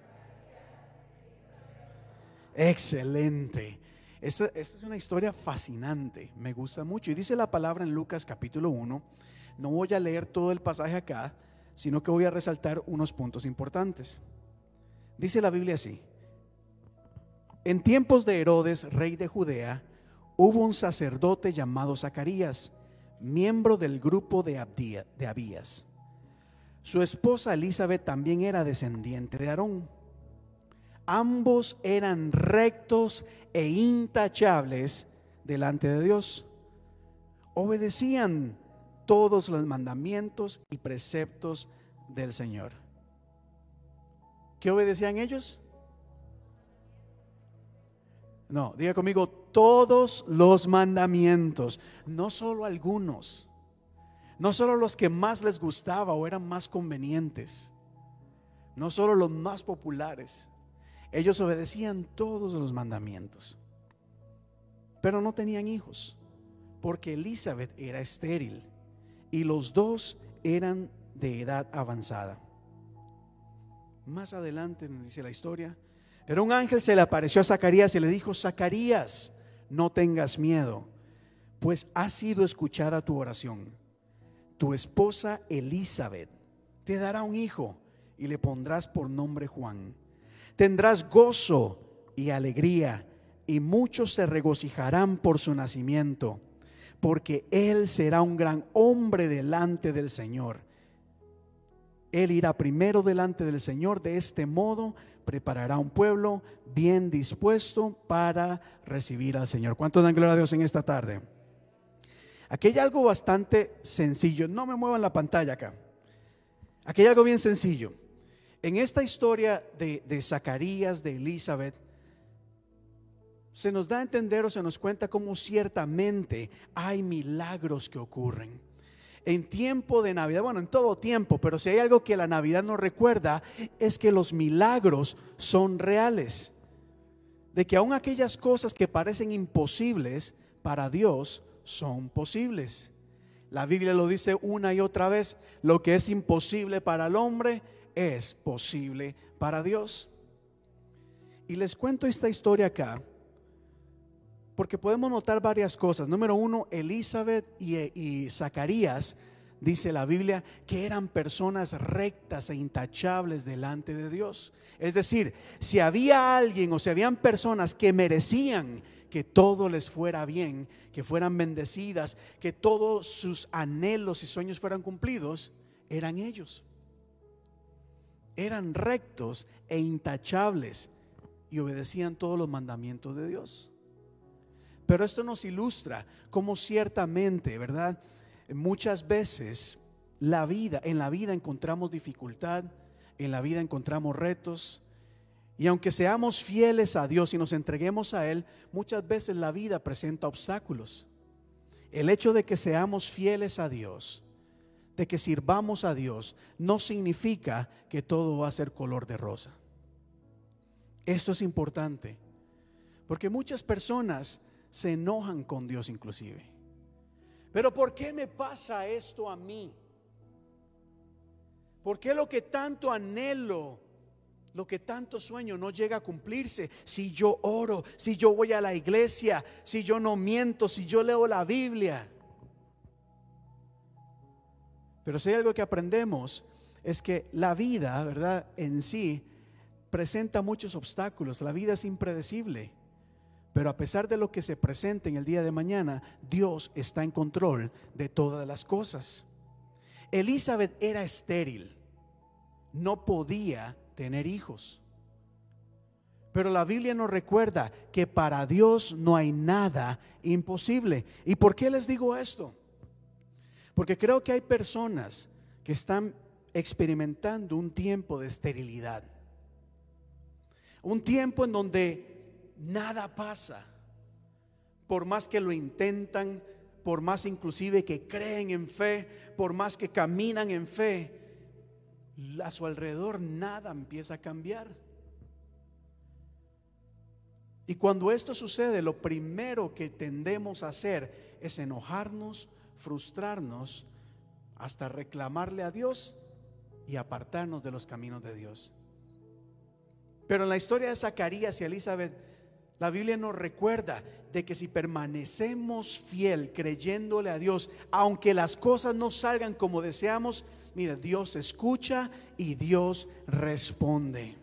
Excelente. Esta, esta es una historia fascinante, me gusta mucho. Y dice la palabra en Lucas capítulo uno. No voy a leer todo el pasaje acá, sino que voy a resaltar unos puntos importantes. Dice la Biblia así: en tiempos de Herodes, rey de Judea, hubo un sacerdote llamado Zacarías, miembro del grupo de, Abdía, de Abías. Su esposa Elizabeth también era descendiente de Aarón. Ambos eran rectos e intachables delante de Dios. Obedecían todos los mandamientos y preceptos del Señor. ¿Qué obedecían ellos? No, diga conmigo, todos los mandamientos, no solo algunos, no solo los que más les gustaba o eran más convenientes, no solo los más populares. Ellos obedecían todos los mandamientos, pero no tenían hijos, porque Elizabeth era estéril y los dos eran de edad avanzada. Más adelante nos dice la historia, pero un ángel se le apareció a Zacarías y le dijo: Zacarías, no tengas miedo, pues ha sido escuchada tu oración. Tu esposa Elizabeth te dará un hijo y le pondrás por nombre Juan. Tendrás gozo y alegría, y muchos se regocijarán por su nacimiento, porque él será un gran hombre delante del Señor. Él irá primero delante del Señor, de este modo preparará un pueblo bien dispuesto para recibir al Señor. ¿Cuántos dan gloria a Dios en esta tarde? Aquí hay algo bastante sencillo. No me muevan la pantalla acá. Aquí hay algo bien sencillo. En esta historia de, de Zacarías, de Elizabeth, se nos da a entender o se nos cuenta cómo ciertamente hay milagros que ocurren. En tiempo de Navidad, bueno, en todo tiempo, pero si hay algo que la Navidad nos recuerda, es que los milagros son reales. De que aún aquellas cosas que parecen imposibles para Dios son posibles. La Biblia lo dice una y otra vez: lo que es imposible para el hombre es posible para Dios. Y les cuento esta historia acá porque podemos notar varias cosas. Número uno, Elizabeth y, y Zacarías, dice la Biblia, que eran personas rectas e intachables delante de Dios. Es decir, si había alguien o si habían personas que merecían que todo les fuera bien, que fueran bendecidas, que todos sus anhelos y sueños fueran cumplidos, eran ellos. Eran rectos e intachables y obedecían todos los mandamientos de Dios. Pero esto nos ilustra cómo ciertamente, ¿verdad? Muchas veces la vida, en la vida encontramos dificultad, en la vida encontramos retos, y aunque seamos fieles a Dios y nos entreguemos a Él, muchas veces la vida presenta obstáculos. El hecho de que seamos fieles a Dios, de que sirvamos a Dios, no significa que todo va a ser color de rosa. Esto es importante, porque muchas personas se enojan con Dios inclusive. Pero ¿por qué me pasa esto a mí? ¿Por qué lo que tanto anhelo, lo que tanto sueño no llega a cumplirse? Si yo oro, si yo voy a la iglesia, si yo no miento, si yo leo la Biblia. Pero si hay algo que aprendemos es que la vida, ¿verdad?, en sí presenta muchos obstáculos. La vida es impredecible. Pero a pesar de lo que se presente en el día de mañana, Dios está en control de todas las cosas. Elizabeth era estéril, no podía tener hijos. Pero la Biblia nos recuerda que para Dios no hay nada imposible. ¿Y por qué les digo esto? Porque creo que hay personas que están experimentando un tiempo de esterilidad. Un tiempo en donde nada pasa, por más que lo intentan, por más inclusive que creen en fe, por más que caminan en fe, a su alrededor nada empieza a cambiar. Y cuando esto sucede, lo primero que tendemos a hacer es enojarnos, frustrarnos, hasta reclamarle a Dios y apartarnos de los caminos de Dios. Pero en la historia de Zacarías y Elizabeth, la Biblia nos recuerda de que si permanecemos fiel creyéndole a Dios, aunque las cosas no salgan como deseamos, mira, Dios escucha y Dios responde.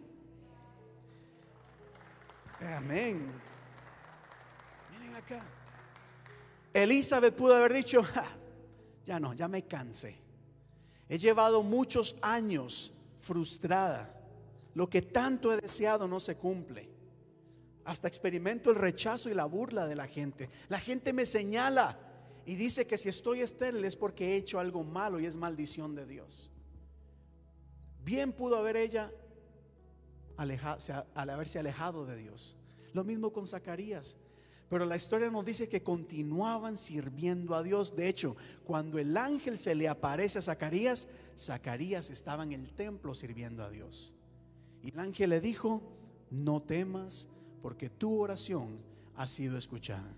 Amén. Miren acá. Elizabeth pudo haber dicho: ja, ya no, ya me cansé. He llevado muchos años frustrada. Lo que tanto he deseado no se cumple. Hasta experimento el rechazo y la burla de la gente. La gente me señala y dice que si estoy estéril es porque he hecho algo malo y es maldición de Dios. Bien pudo haber ella alejado, al haberse alejado de Dios. Lo mismo con Zacarías. Pero la historia nos dice que continuaban sirviendo a Dios. De hecho, cuando el ángel se le aparece a Zacarías, Zacarías estaba en el templo sirviendo a Dios. Y el ángel le dijo: no temas, porque tu oración ha sido escuchada.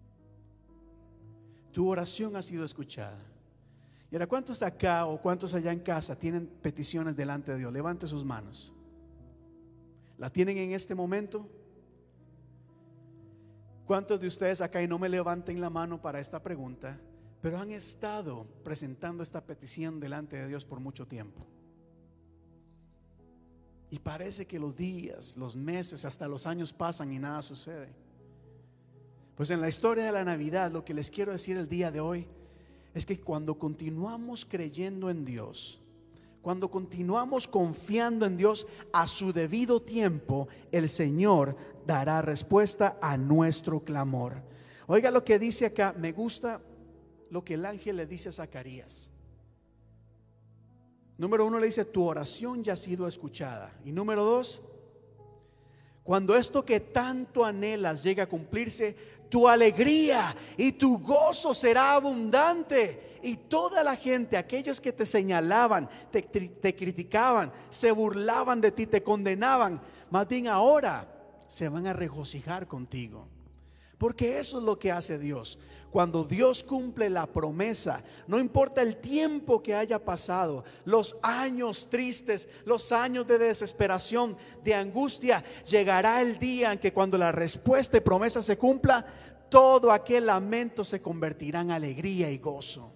Tu oración ha sido escuchada. Y ahora, ¿cuántos acá o cuántos allá en casa tienen peticiones delante de Dios? Levante sus manos. ¿La tienen en este momento? ¿Cuántos de ustedes acá, y no me levanten la mano para esta pregunta, pero han estado presentando esta petición delante de Dios por mucho tiempo? Y parece que los días, los meses, hasta los años pasan y nada sucede. Pues en la historia de la Navidad, lo que les quiero decir el día de hoy es que cuando continuamos creyendo en Dios, cuando continuamos confiando en Dios, a su debido tiempo el Señor dará respuesta a nuestro clamor. Oiga lo que dice acá. Me gusta lo que el ángel le dice a Zacarías. Número uno, le dice: tu oración ya ha sido escuchada. Y número dos, cuando esto que tanto anhelas llegue a cumplirse, tu alegría y tu gozo será abundante. Y toda la gente, aquellos que te señalaban, te, te criticaban, se burlaban de ti, te condenaban, más bien ahora se van a regocijar contigo. Porque eso es lo que hace Dios. Cuando Dios cumple la promesa, no importa el tiempo que haya pasado, los años tristes, los años de desesperación, de angustia, llegará el día en que cuando la respuesta y promesa se cumpla, todo aquel lamento se convertirá en alegría y gozo.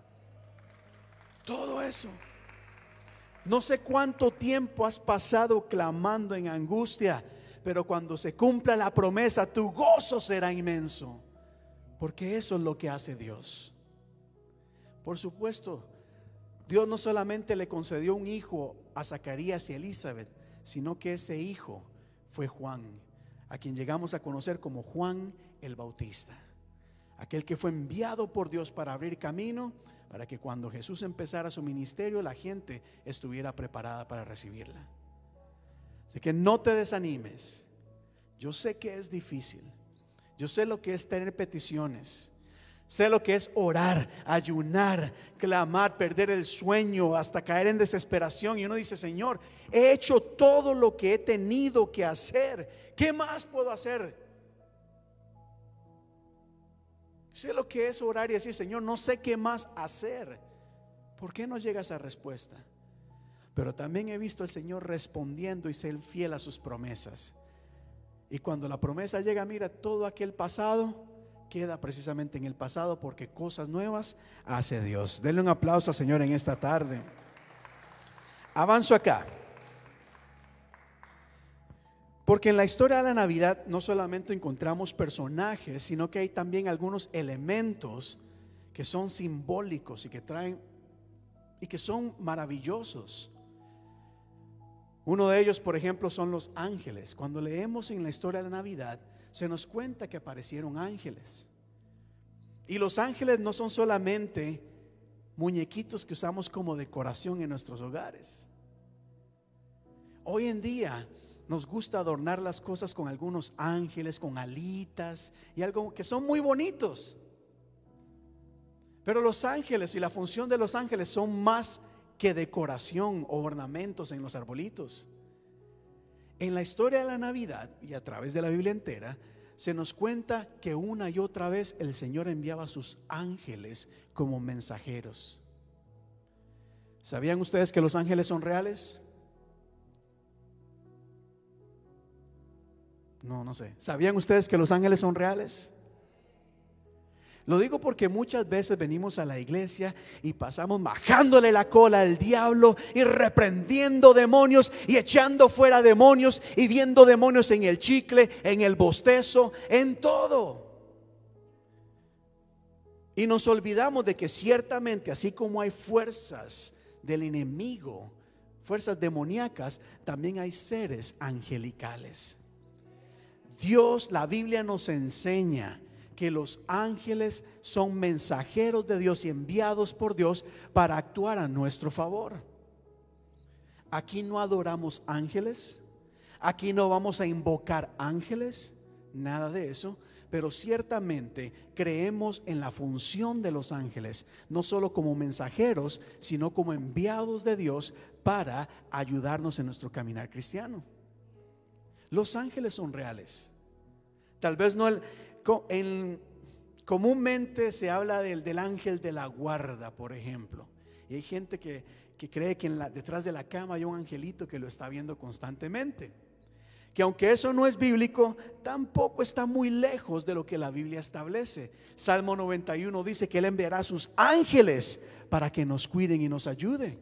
Todo eso. No sé cuánto tiempo has pasado clamando en angustia, pero cuando se cumpla la promesa, tu gozo será inmenso. Porque eso es lo que hace Dios. Por supuesto, Dios no solamente le concedió un hijo a Zacarías y Elizabeth, sino que ese hijo fue Juan, a quien llegamos a conocer como Juan el Bautista. Aquel que fue enviado por Dios para abrir camino, para que cuando Jesús empezara su ministerio, la gente estuviera preparada para recibirla. Así que no te desanimes. Yo sé que es difícil. Yo sé lo que es tener peticiones. Sé lo que es orar, ayunar, clamar, perder el sueño, hasta caer en desesperación. Y uno dice: Señor, he hecho todo lo que he tenido que hacer. ¿Qué más puedo hacer? Sé lo que es orar y decir: Señor, no sé qué más hacer. ¿Por qué no llega esa respuesta? Pero también he visto al Señor respondiendo y ser fiel a sus promesas. Y cuando la promesa llega, mira, todo aquel pasado queda precisamente en el pasado, porque cosas nuevas hace Dios. Denle un aplauso al Señor en esta tarde. Avanzo acá, porque en la historia de la Navidad no solamente encontramos personajes, sino que hay también algunos elementos que son simbólicos y que traen y que son maravillosos. Uno de ellos, por ejemplo, son los ángeles. Cuando leemos en la historia de la Navidad, se nos cuenta que aparecieron ángeles. Y los ángeles no son solamente muñequitos que usamos como decoración en nuestros hogares. Hoy en día nos gusta adornar las cosas con algunos ángeles, con alitas y algo que son muy bonitos. Pero los ángeles y la función de los ángeles son más que decoración o ornamentos en los arbolitos. En la historia de la Navidad y a través de la Biblia entera, se nos cuenta que una y otra vez el Señor enviaba a sus ángeles como mensajeros. ¿Sabían ustedes que los ángeles son reales? No, no sé. ¿Sabían ustedes que los ángeles son reales? Lo digo porque muchas veces venimos a la iglesia y pasamos majándole la cola al diablo y reprendiendo demonios y echando fuera demonios y viendo demonios en el chicle, en el bostezo, en todo. Y nos olvidamos de que ciertamente, así como hay fuerzas del enemigo, fuerzas demoníacas, también hay seres angelicales. Dios, la Biblia nos enseña que los ángeles son mensajeros de Dios y enviados por Dios para actuar a nuestro favor. Aquí no adoramos ángeles, aquí no vamos a invocar ángeles, nada de eso, pero ciertamente creemos en la función de los ángeles, no solo como mensajeros, sino como enviados de Dios para ayudarnos en nuestro caminar cristiano. Los ángeles son reales. Tal vez no el, en, comúnmente se habla del, del ángel de la guarda, por ejemplo, y hay gente que, que cree que en la, detrás de la cama hay un angelito que lo está viendo constantemente, que aunque eso no es bíblico, tampoco está muy lejos de lo que la Biblia establece. Salmo noventa y uno dice que Él enviará a sus ángeles para que nos cuiden y nos ayuden.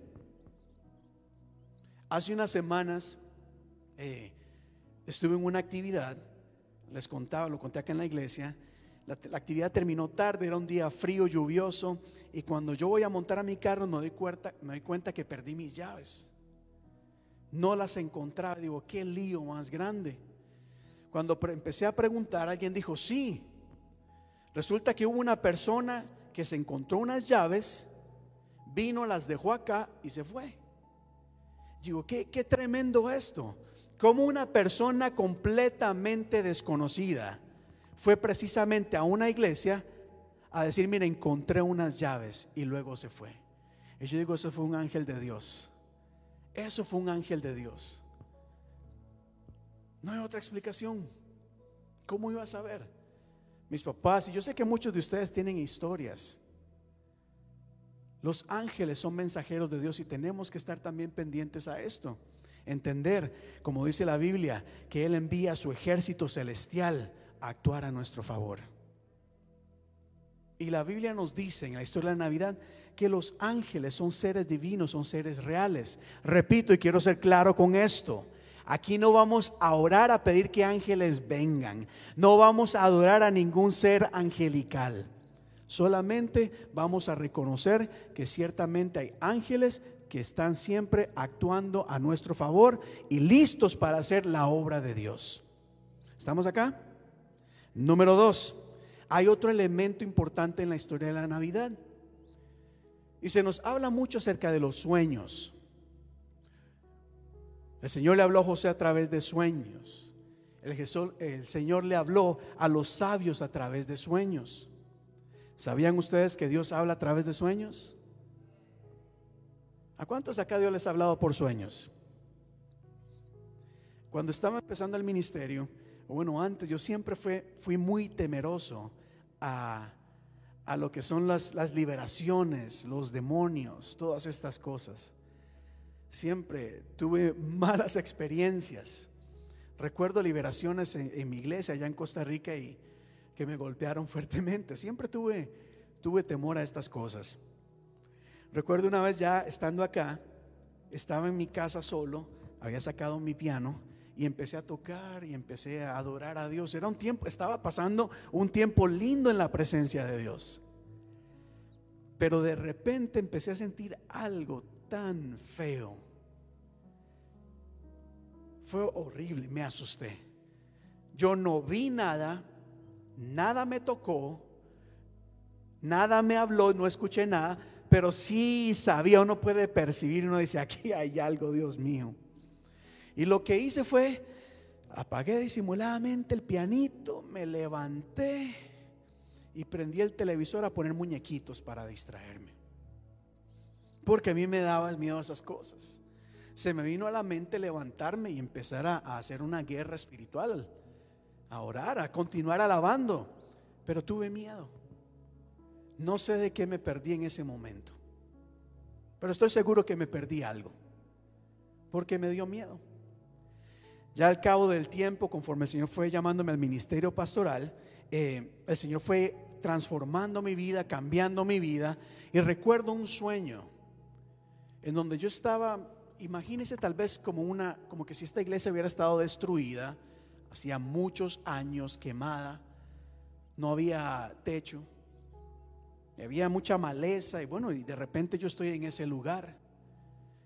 Hace unas semanas eh, estuve en una actividad, les contaba, lo conté acá en la iglesia. La, la actividad terminó tarde, era un día frío, lluvioso, y cuando yo voy a montar a mi carro me doy cuenta, me doy cuenta que perdí mis llaves. No las encontraba. Digo, qué lío más grande. Cuando pre- empecé a preguntar, alguien dijo, sí, resulta que hubo una persona que se encontró unas llaves, vino, las dejó acá y se fue. Digo, qué, qué tremendo esto. Como una persona completamente desconocida fue precisamente a una iglesia a decir, mira, encontré unas llaves, y luego se fue. Y yo digo, eso fue un ángel de Dios. Eso fue un ángel de Dios. No hay otra explicación. ¿Cómo iba a saber? Mis papás, y yo sé que muchos de ustedes tienen historias. Los ángeles son mensajeros de Dios y tenemos que estar también pendientes a esto. Entender, como dice la Biblia, que Él envía a su ejército celestial a actuar a nuestro favor. Y la Biblia nos dice en la historia de la Navidad que los ángeles son seres divinos, son seres reales. Repito, y quiero ser claro con esto, aquí no vamos a orar a pedir que ángeles vengan, no vamos a adorar a ningún ser angelical. Solamente vamos a reconocer que ciertamente hay ángeles que están siempre actuando a nuestro favor y listos para hacer la obra de Dios. ¿Estamos acá? Número dos, hay otro elemento importante en la historia de la Navidad. Y se nos habla mucho acerca de los sueños. El Señor le habló a José a través de sueños. El, Jesús, el Señor le habló a los sabios a través de sueños. ¿Sabían ustedes que Dios habla a través de sueños? ¿A cuántos acá Dios les ha hablado por sueños? Cuando estaba empezando el ministerio, o bueno, antes, yo siempre fui, fui muy temeroso a, a lo que son las, las liberaciones, los demonios, todas estas cosas. Siempre tuve malas experiencias. Recuerdo liberaciones en, en mi iglesia allá en Costa Rica y que me golpearon fuertemente. Siempre tuve, tuve temor a estas cosas. Recuerdo una vez ya estando acá, estaba en mi casa solo, había sacado mi piano y empecé a tocar y empecé a adorar a Dios. Era un tiempo, estaba pasando un tiempo lindo en la presencia de Dios. Pero de repente empecé a sentir algo tan feo. Fue horrible, me asusté. Yo no vi nada, nada me tocó, nada me habló, no escuché nada, pero sí sabía, uno puede percibir, uno dice, aquí hay algo, Dios mío. Y lo que hice fue, apagué disimuladamente el pianito, me levanté y prendí el televisor a poner muñequitos para distraerme, porque a mí me daba miedo a esas cosas. Se me vino a la mente levantarme y empezar a, a hacer una guerra espiritual, a orar, a continuar alabando, pero tuve miedo. No sé de qué me perdí en ese momento, pero estoy seguro que me perdí algo, porque me dio miedo. Ya al cabo del tiempo, conforme el Señor fue llamándome al ministerio pastoral, eh, el Señor fue transformando mi vida, cambiando mi vida. Y recuerdo un sueño en donde yo estaba, imagínense tal vez como una, como que si esta iglesia hubiera estado destruida, hacía muchos años, quemada, no había techo, había mucha maleza, y bueno, y de repente yo estoy en ese lugar.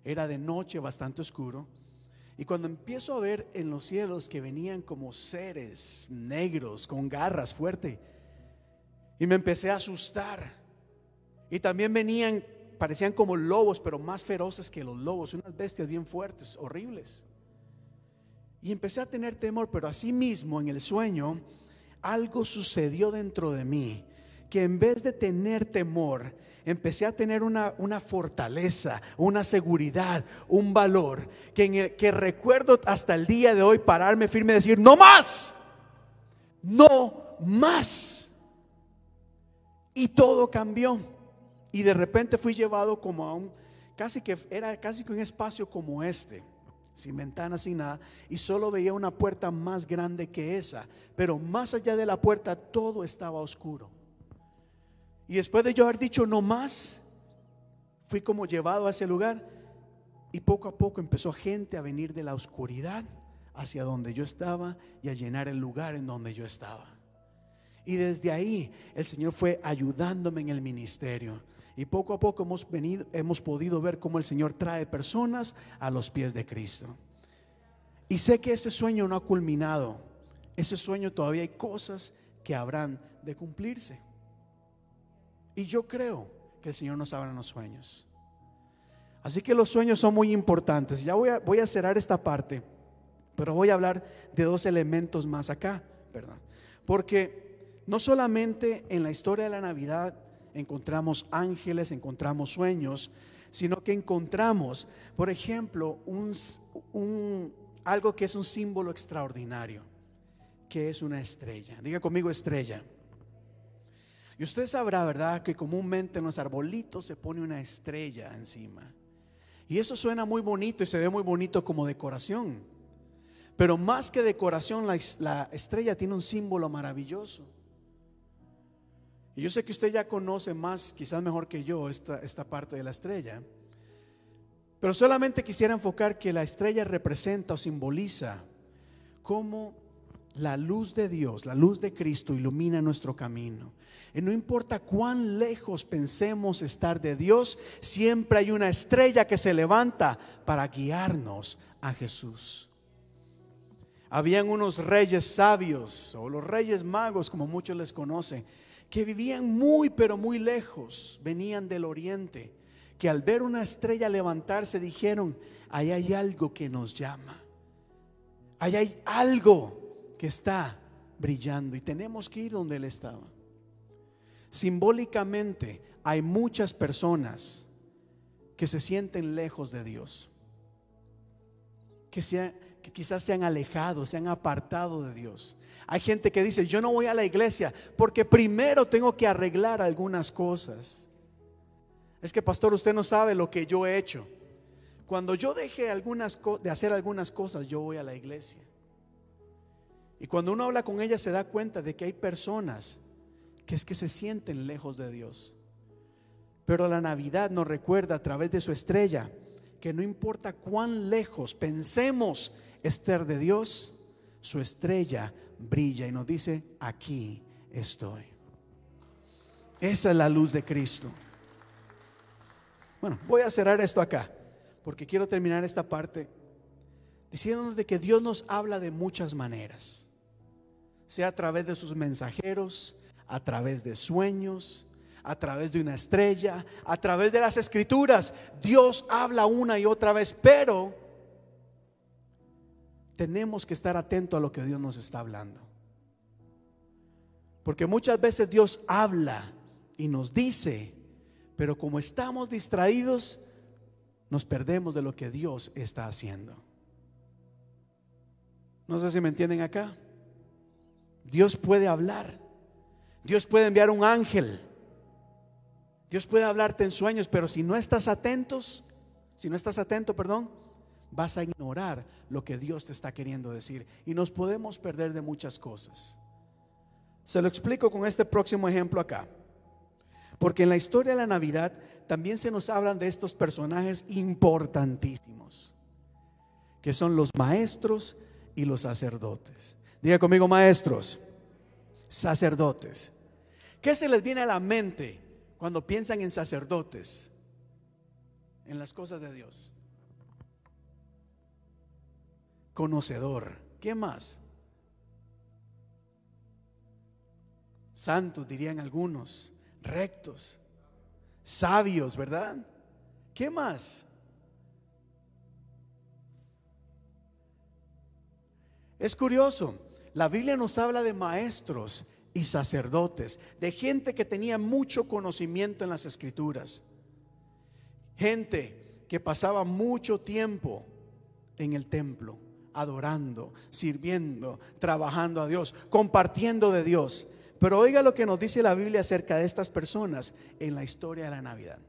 Era de noche, bastante oscuro. Y cuando empiezo a ver en los cielos que venían como seres negros con garras fuertes, y me empecé a asustar. Y también venían, parecían como lobos, pero más feroces que los lobos, unas bestias bien fuertes, horribles. Y empecé a tener temor, pero así mismo en el sueño algo sucedió dentro de mí, que en vez de tener temor, empecé a tener una, una fortaleza, una seguridad, un valor, que, en el, que recuerdo hasta el día de hoy pararme firme y decir: no más, no más. Y todo cambió. Y de repente fui llevado como a un, casi que era casi que un espacio como este, sin ventanas, sin nada, y solo veía una puerta más grande que esa, pero más allá de la puerta todo estaba oscuro. Y después de yo haber dicho no más, fui como llevado a ese lugar, y poco a poco empezó gente a venir de la oscuridad hacia donde yo estaba y a llenar el lugar en donde yo estaba. Y desde ahí el Señor fue ayudándome en el ministerio. Y poco a poco hemos venido, hemos podido ver cómo el Señor trae personas a los pies de Cristo. Y sé que ese sueño no ha culminado. Ese sueño todavía hay cosas que habrán de cumplirse. Y yo creo que el Señor nos habla en los sueños. Así que los sueños son muy importantes. Ya voy a, voy a cerrar esta parte, pero voy a hablar de dos elementos más acá, perdón. Porque no solamente en la historia de la Navidad encontramos ángeles, encontramos sueños, sino que encontramos, por ejemplo, un, un, algo que es un símbolo extraordinario, que es una estrella. Diga conmigo: estrella. Y usted sabrá, ¿verdad?, que comúnmente en los arbolitos se pone una estrella encima. Y eso suena muy bonito y se ve muy bonito como decoración. Pero más que decoración, la, la estrella tiene un símbolo maravilloso. Y yo sé que usted ya conoce más, quizás mejor que yo, esta, esta parte de la estrella. Pero solamente quisiera enfocar que la estrella representa o simboliza cómo la luz de Dios, la luz de Cristo ilumina nuestro camino. Y no importa cuán lejos pensemos estar de Dios, siempre hay una estrella que se levanta para guiarnos a Jesús. Habían unos reyes sabios, o los reyes magos, como muchos les conocen, que vivían muy pero muy lejos, venían del oriente, que al ver una estrella levantarse dijeron: ahí hay algo que nos llama, ahí hay algo que está brillando y tenemos que ir donde él estaba. Simbólicamente hay muchas personas que se sienten lejos de Dios, que, se, que quizás se han alejado, se han apartado de Dios. Hay gente que dice: yo no voy a la iglesia porque primero tengo que arreglar algunas cosas. Es que, pastor, usted no sabe lo que yo he hecho. Cuando yo deje algunas de hacer algunas cosas, yo voy a la iglesia. Y cuando uno habla con ella se da cuenta de que hay personas que es que se sienten lejos de Dios. Pero la Navidad nos recuerda a través de su estrella que no importa cuán lejos pensemos estar de Dios, su estrella brilla y nos dice: aquí estoy. Esa es la luz de Cristo. Bueno, voy a cerrar esto acá porque quiero terminar esta parte diciéndonos de que Dios nos habla de muchas maneras, sea a través de sus mensajeros, a través de sueños, a través de una estrella, a través de las escrituras. Dios habla una y otra vez, pero tenemos que estar atentos a lo que Dios nos está hablando, porque muchas veces Dios habla y nos dice, pero como estamos distraídos, nos perdemos de lo que Dios está haciendo. No sé si me entienden acá. Dios puede hablar, Dios puede enviar un ángel, Dios puede hablarte en sueños, pero si no estás atentos, si no estás atento, perdón, vas a ignorar lo que Dios te está queriendo decir y nos podemos perder de muchas cosas. Se lo explico con este próximo ejemplo acá, porque en la historia de la Navidad también se nos hablan de estos personajes importantísimos, que son los maestros y los sacerdotes. Diga conmigo: maestros, sacerdotes. ¿Qué se les viene a la mente cuando piensan en sacerdotes, en las cosas de Dios? conocedor. ¿Qué más? Santos, dirían algunos, rectos, sabios, ¿verdad? ¿Qué más? Es curioso, la Biblia nos habla de maestros y sacerdotes, de gente que tenía mucho conocimiento en las Escrituras, gente que pasaba mucho tiempo en el templo, adorando, sirviendo, trabajando a Dios, compartiendo de Dios. Pero oiga lo que nos dice la Biblia acerca de estas personas en la historia de la Navidad.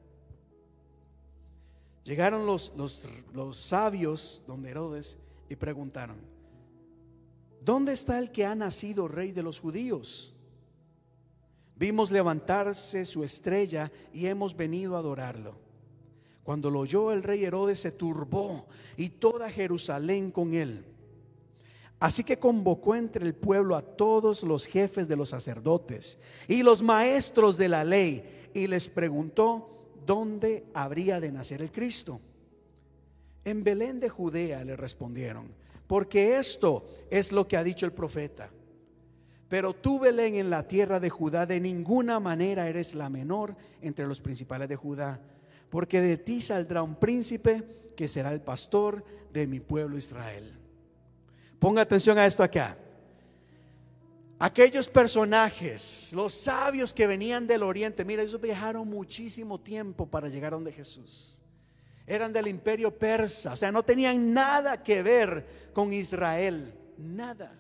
Llegaron los, los, los sabios donde Herodes y preguntaron: ¿dónde está el que ha nacido rey de los judíos? Vimos levantarse su estrella y hemos venido a adorarlo. Cuando lo oyó el rey Herodes se turbó y toda Jerusalén con él. Así que convocó entre el pueblo a todos los jefes de los sacerdotes y los maestros de la ley y les preguntó dónde habría de nacer el Cristo. En Belén de Judea, le respondieron, porque esto es lo que ha dicho el profeta. Pero tú, Belén, en la tierra de Judá, de ninguna manera eres la menor entre los principales de Judá, porque de ti saldrá un príncipe que será el pastor de mi pueblo Israel. Ponga atención a esto acá. Aquellos personajes, los sabios que venían del oriente, mira, ellos viajaron muchísimo tiempo para llegar a donde Jesús. Eran del imperio persa, o sea, no tenían nada que ver con Israel, nada.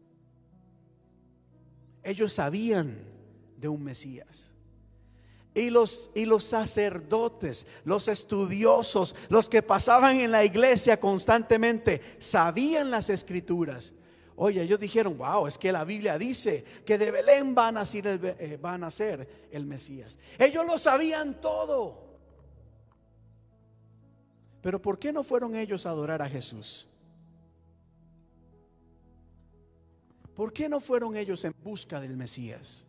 Ellos sabían de un Mesías. Y los, y los sacerdotes, los estudiosos, los que pasaban en la iglesia constantemente, sabían las escrituras. Oye, ellos dijeron: wow, es que la Biblia dice que de Belén va a nacer el, eh, va a nacer el Mesías. Ellos lo sabían todo. Pero ¿por qué no fueron ellos a adorar a Jesús? ¿Por qué no fueron ellos en busca del Mesías?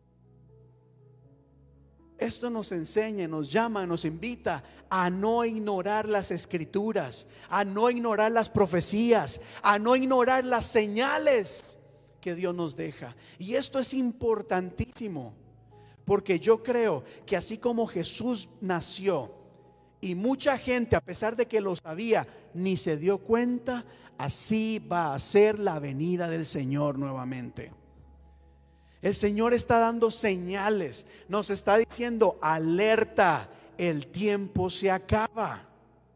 Esto nos enseña, nos llama, nos invita a no ignorar las escrituras, a no ignorar las profecías, a no ignorar las señales que Dios nos deja. Y esto es importantísimo, porque yo creo que así como Jesús nació y mucha gente, a pesar de que lo sabía, ni se dio cuenta, así va a ser la venida del Señor nuevamente. El Señor está dando señales, nos está diciendo: alerta, el tiempo se acaba.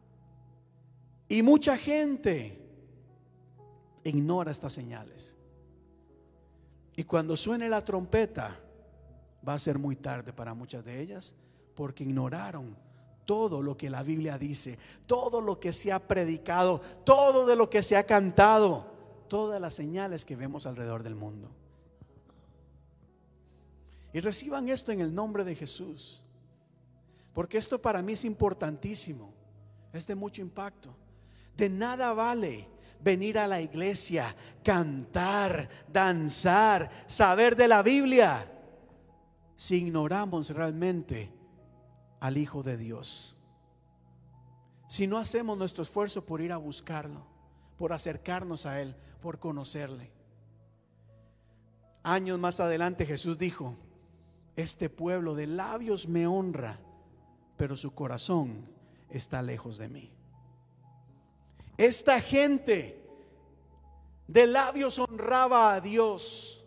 Y mucha gente ignora estas señales. Y cuando suene la trompeta, va a ser muy tarde para muchas de ellas, porque ignoraron todo lo que la Biblia dice, todo lo que se ha predicado, todo de lo que se ha cantado, todas las señales que vemos alrededor del mundo. Y reciban esto en el nombre de Jesús, porque esto para mí es importantísimo, es de mucho impacto. De nada vale venir a la iglesia, cantar, danzar, saber de la Biblia, si ignoramos realmente al Hijo de Dios, si no hacemos nuestro esfuerzo por ir a buscarlo, por acercarnos a Él, por conocerle. Años más adelante Jesús dijo: este pueblo de labios me honra, pero su corazón está lejos de mí. Esta gente de labios honraba a Dios,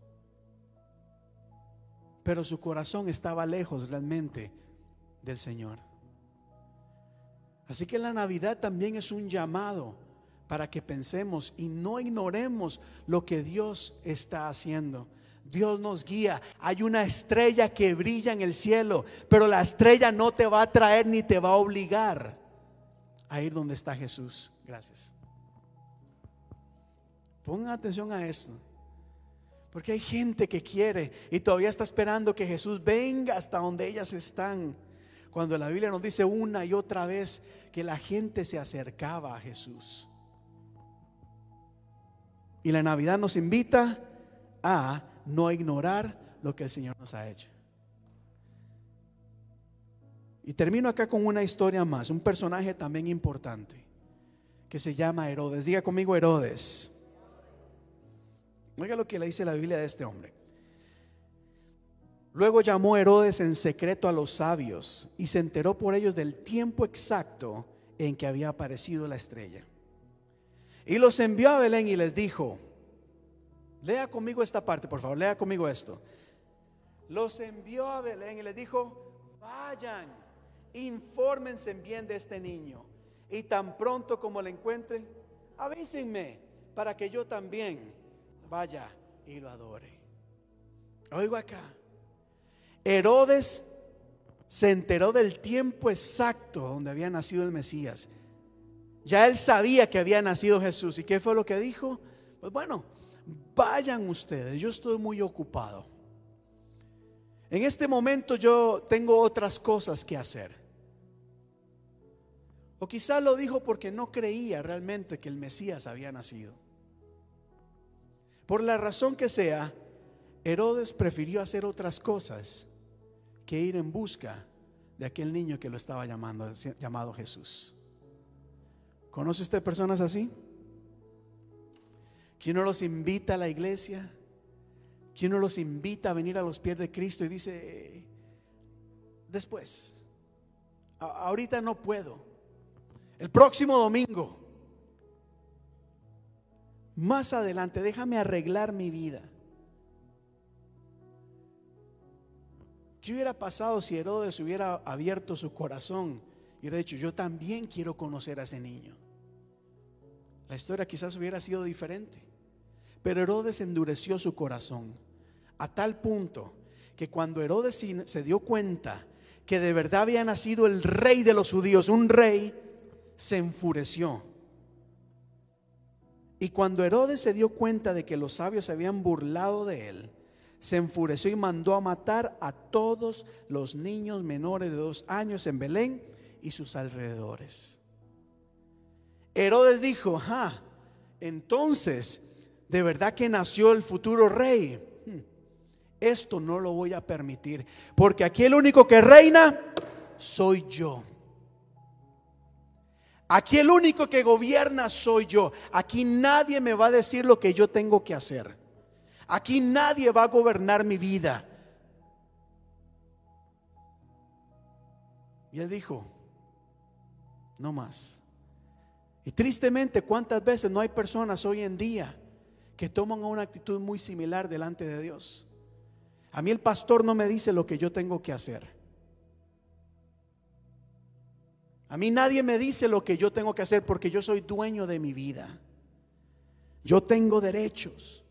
pero su corazón estaba lejos realmente del Señor. Así que la Navidad también es un llamado para que pensemos y no ignoremos lo que Dios está haciendo. Dios nos guía. Hay una estrella que brilla en el cielo, pero la estrella no te va a traer ni te va a obligar a ir donde está Jesús. Gracias. Pongan atención a esto, porque hay gente que quiere y todavía está esperando que Jesús venga hasta donde ellas están, cuando la Biblia nos dice una y otra vez que la gente se acercaba a Jesús. Y la Navidad nos invita a no ignorar lo que el Señor nos ha hecho. Y termino acá con una historia más, un personaje también importante que se llama Herodes. Diga conmigo Herodes. Oiga lo que le dice la Biblia de este hombre. Luego llamó Herodes en secreto a los sabios y se enteró por ellos del tiempo exacto en que había aparecido la estrella. Y los envió a Belén y les dijo, lea conmigo esta parte, por favor, lea conmigo esto. Los envió a Belén y les dijo, vayan, infórmense bien de este niño, y tan pronto como le encuentren, avísenme para que yo también vaya y lo adore. Oigo acá, Herodes se enteró del tiempo exacto donde había nacido el Mesías. Ya él sabía que había nacido Jesús. ¿Y qué fue lo que dijo? Pues bueno, vayan ustedes, yo estoy muy ocupado. En este momento yo tengo otras cosas que hacer. O quizás lo dijo porque no creía realmente que el Mesías había nacido. Por la razón que sea, Herodes prefirió hacer otras cosas que ir en busca de aquel niño que lo estaba llamando, llamado Jesús. ¿Conoce usted personas así? Que uno los invita a la iglesia, que uno los invita a venir a los pies de Cristo y dice, después, a- ahorita no puedo, el próximo domingo, más adelante, déjame arreglar mi vida. ¿Qué hubiera pasado si Herodes hubiera abierto su corazón y hubiera dicho, yo también quiero conocer a ese niño? La historia quizás hubiera sido diferente. Pero Herodes endureció su corazón a tal punto que cuando Herodes se dio cuenta que de verdad había nacido el rey de los judíos, un rey, se enfureció. Y cuando Herodes se dio cuenta de que los sabios se habían burlado de él, se enfureció y mandó a matar a todos los niños menores de dos años en Belén y sus alrededores. Herodes dijo, ah, entonces de verdad que nació el futuro rey. Esto no lo voy a permitir, porque aquí el único que reina soy yo. Aquí el único que gobierna soy yo. Aquí nadie me va a decir lo que yo tengo que hacer. Aquí nadie va a gobernar mi vida. Y él dijo, no más. Y tristemente, ¿cuántas veces no hay personas hoy en día que toman una actitud muy similar delante de Dios? A mí el pastor no me dice lo que yo tengo que hacer. A mí nadie me dice lo que yo tengo que hacer porque yo soy dueño de mi vida. Yo tengo derechos.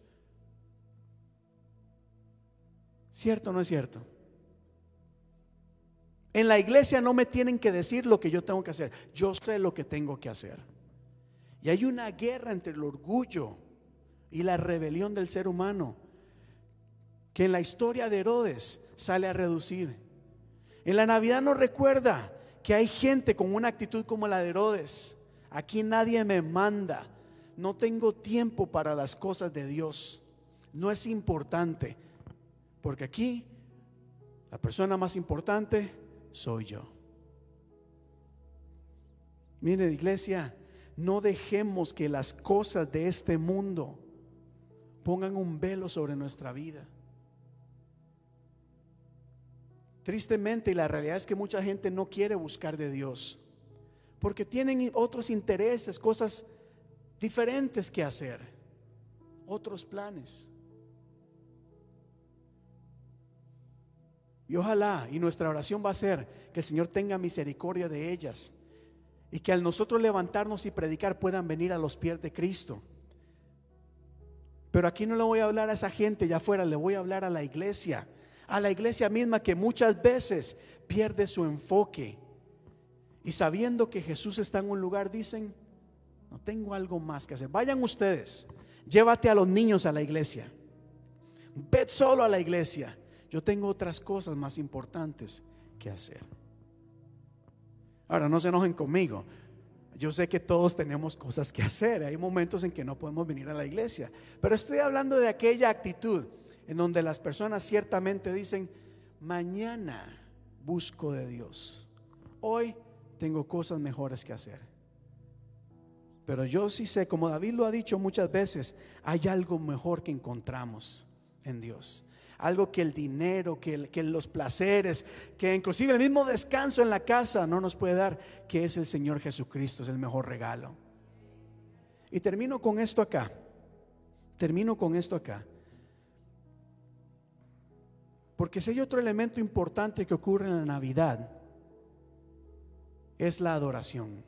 ¿Cierto o no es cierto? En la iglesia no me tienen que decir lo que yo tengo que hacer. Yo sé lo que tengo que hacer. Y hay una guerra entre el orgullo y la rebelión del ser humano que en la historia de Herodes sale a reducir. En la Navidad nos recuerda que hay gente con una actitud como la de Herodes. Aquí nadie me manda. No tengo tiempo para las cosas de Dios. No es importante. Porque aquí la persona más importante soy yo. Mire, iglesia, no dejemos que las cosas de este mundo pongan un velo sobre nuestra vida. Tristemente, y la realidad es que mucha gente no quiere buscar de Dios porque tienen otros intereses, cosas diferentes que hacer, otros planes. Y ojalá, y nuestra oración va a ser que el Señor tenga misericordia de ellas y que al nosotros levantarnos y predicar puedan venir a los pies de Cristo. Pero aquí no le voy a hablar a esa gente allá afuera, le voy a hablar a la iglesia, a la iglesia misma que muchas veces pierde su enfoque y sabiendo que Jesús está en un lugar dicen, no tengo algo más que hacer. Vayan ustedes, llévate a los niños a la iglesia, ve solo a la iglesia. Yo tengo otras cosas más importantes que hacer. Ahora, no se enojen conmigo. Yo sé que todos tenemos cosas que hacer. Hay momentos en que no podemos venir a la iglesia. Pero estoy hablando de aquella actitud en donde las personas ciertamente dicen, mañana busco de Dios. Hoy tengo cosas mejores que hacer. Pero yo sí sé, como David lo ha dicho muchas veces, hay algo mejor que encontramos en Dios. Algo que el dinero, que, el, que los placeres, que inclusive el mismo descanso en la casa no nos puede dar, que es el Señor Jesucristo, es el mejor regalo. Y termino con esto acá. Termino con esto acá. Porque si hay otro elemento importante que ocurre en la Navidad, es la adoración.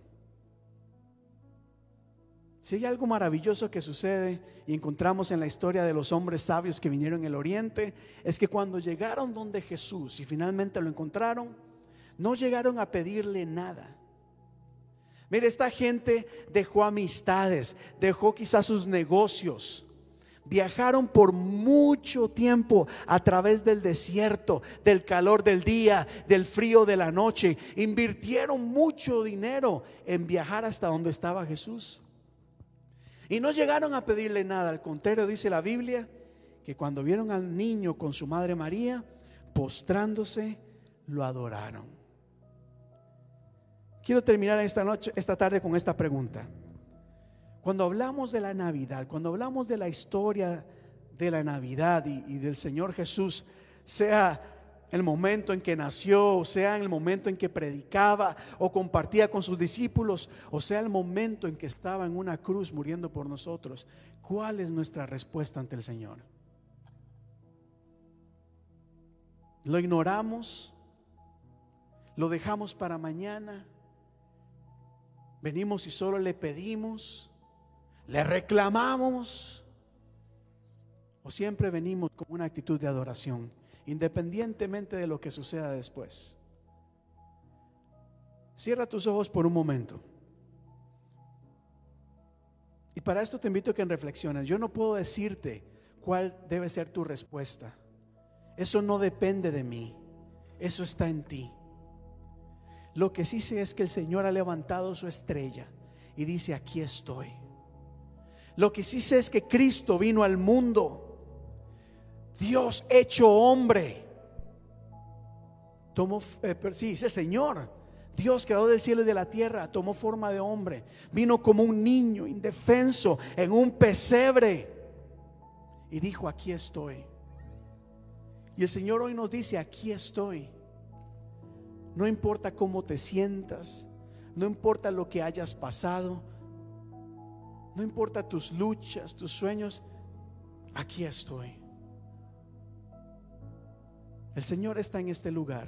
Si hay algo maravilloso que sucede y encontramos en la historia de los hombres sabios que vinieron en el oriente, es que cuando llegaron donde Jesús y finalmente lo encontraron, no llegaron a pedirle nada. Mire, esta gente dejó amistades, dejó quizás sus negocios, viajaron por mucho tiempo a través del desierto, del calor del día, del frío de la noche, invirtieron mucho dinero en viajar hasta donde estaba Jesús. Y no llegaron a pedirle nada, al contrario, dice la Biblia que cuando vieron al niño con su madre María, postrándose, lo adoraron. Quiero terminar esta noche, esta tarde con esta pregunta. Cuando hablamos de la Navidad, cuando hablamos de la historia de la Navidad y, y del Señor Jesús, sea el momento en que nació, o sea en el momento en que predicaba o compartía con sus discípulos, o sea el momento en que estaba en una cruz muriendo por nosotros, ¿cuál es nuestra respuesta ante el Señor? ¿Lo ignoramos? ¿Lo dejamos para mañana? ¿Venimos y solo le pedimos? ¿Le reclamamos? ¿O siempre venimos con una actitud de adoración, independientemente de lo que suceda después? Cierra tus ojos por un momento. Y para esto te invito a que reflexiones. Yo no puedo decirte cuál debe ser tu respuesta. Eso no depende de mí. Eso está en ti. Lo que sí sé es que el Señor ha levantado su estrella y dice: aquí estoy. Lo que sí sé es que Cristo vino al mundo, Dios hecho hombre, tomó, eh, sí, dice el Señor, Dios creador del cielo y de la tierra, tomó forma de hombre, vino como un niño indefenso en un pesebre y dijo: aquí estoy. Y el Señor hoy nos dice: aquí estoy. No importa cómo te sientas, no importa lo que hayas pasado, no importa tus luchas, tus sueños, aquí estoy. El Señor está en este lugar.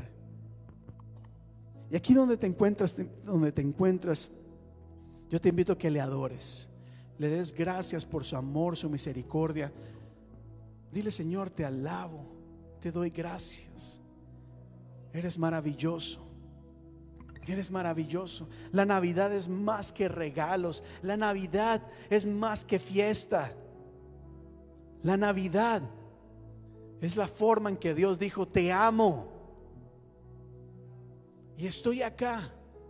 Y aquí donde te encuentras, donde te encuentras, yo te invito a que le adores, le des gracias por su amor, su misericordia. Dile: Señor, te alabo, te doy gracias. Eres maravilloso. Eres maravilloso. La Navidad es más que regalos. La Navidad es más que fiesta. La Navidad es la forma en que Dios dijo: te amo y estoy acá,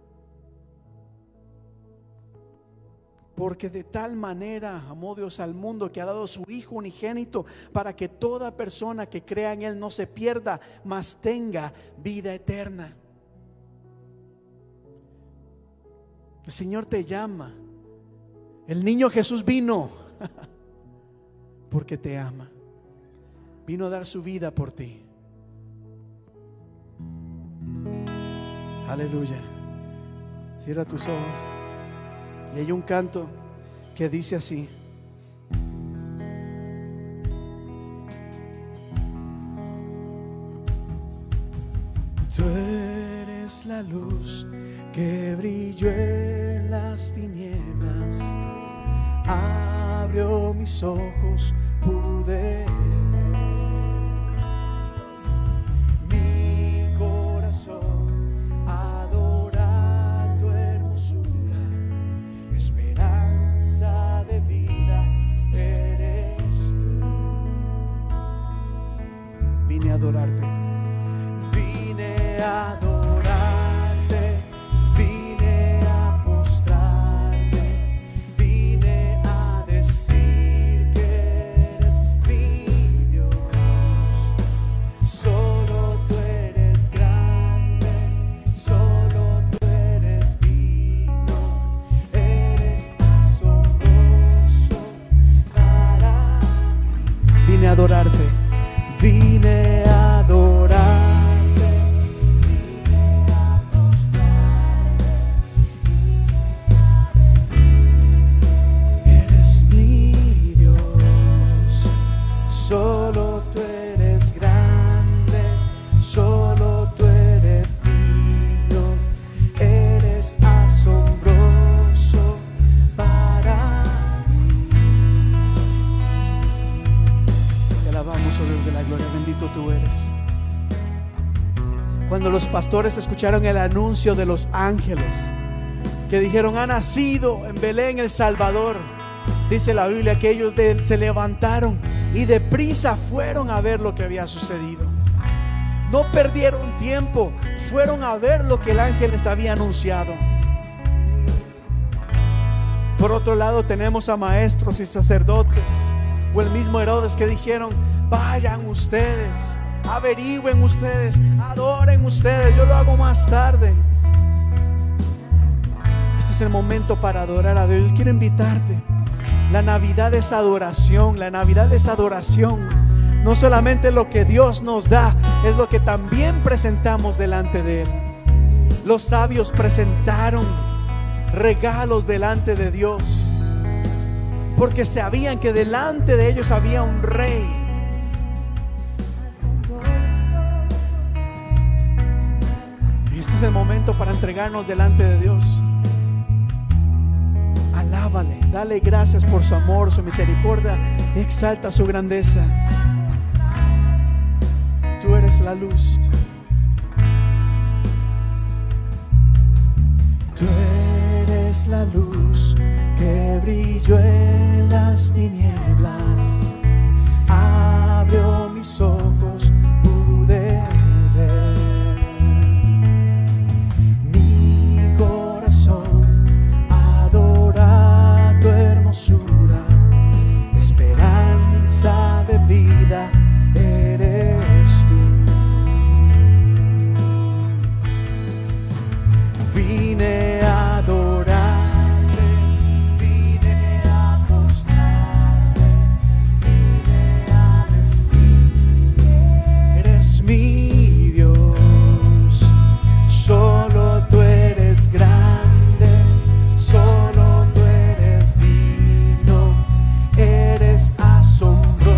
porque de tal manera amó Dios al mundo que ha dado su Hijo unigénito, para que toda persona que crea en Él no se pierda, mas tenga vida eterna. El Señor te llama. El niño Jesús vino porque te ama. Vino a dar su vida por ti. Aleluya. Cierra tus ojos. Y hay un canto que dice así: tú eres la luz que brilló en las tinieblas, abrió mis ojos, pude ver. Mi corazón adora tu hermosura, esperanza de vida eres tú. Vine a adorarte, vine a adorarte. adorarte, vine a adorarte. Eres mi Dios, solo tú eres grande, solo tú eres digno, eres asombroso para mí. Te alabamos, oh Dios de la gloria, bendito tú eres. Cuando los pastores escucharon el anuncio de los ángeles que dijeron: ha nacido en Belén el Salvador, dice la Biblia que ellos de, se levantaron y deprisa fueron a ver lo que había sucedido. No perdieron tiempo, fueron a ver lo que el ángel les había anunciado. Por otro lado, tenemos a maestros y sacerdotes o el mismo Herodes que dijeron: vayan ustedes, averigüen ustedes, adoren ustedes, yo lo hago más tarde. Este es el momento para adorar a Dios. Yo quiero invitarte. La Navidad es adoración, la Navidad es adoración. No solamente lo que Dios nos da, es lo que también presentamos delante de Él. Los sabios presentaron regalos delante de Dios, porque sabían que delante de ellos había un rey. Y este es el momento para entregarnos delante de Dios. Alábale, dale gracias por su amor, su misericordia, exalta su grandeza. Tú eres la luz. Tú eres la luz que brilló en las tinieblas. Abrió mis ojos, pude ver. Mi corazón adora tu hermosura. Esperanza de vida eres tú. Vine a adorarte, vine a postrarme, vine a decir: eres mi Dios, solo tú eres grande, solo tú eres digno, eres asombroso.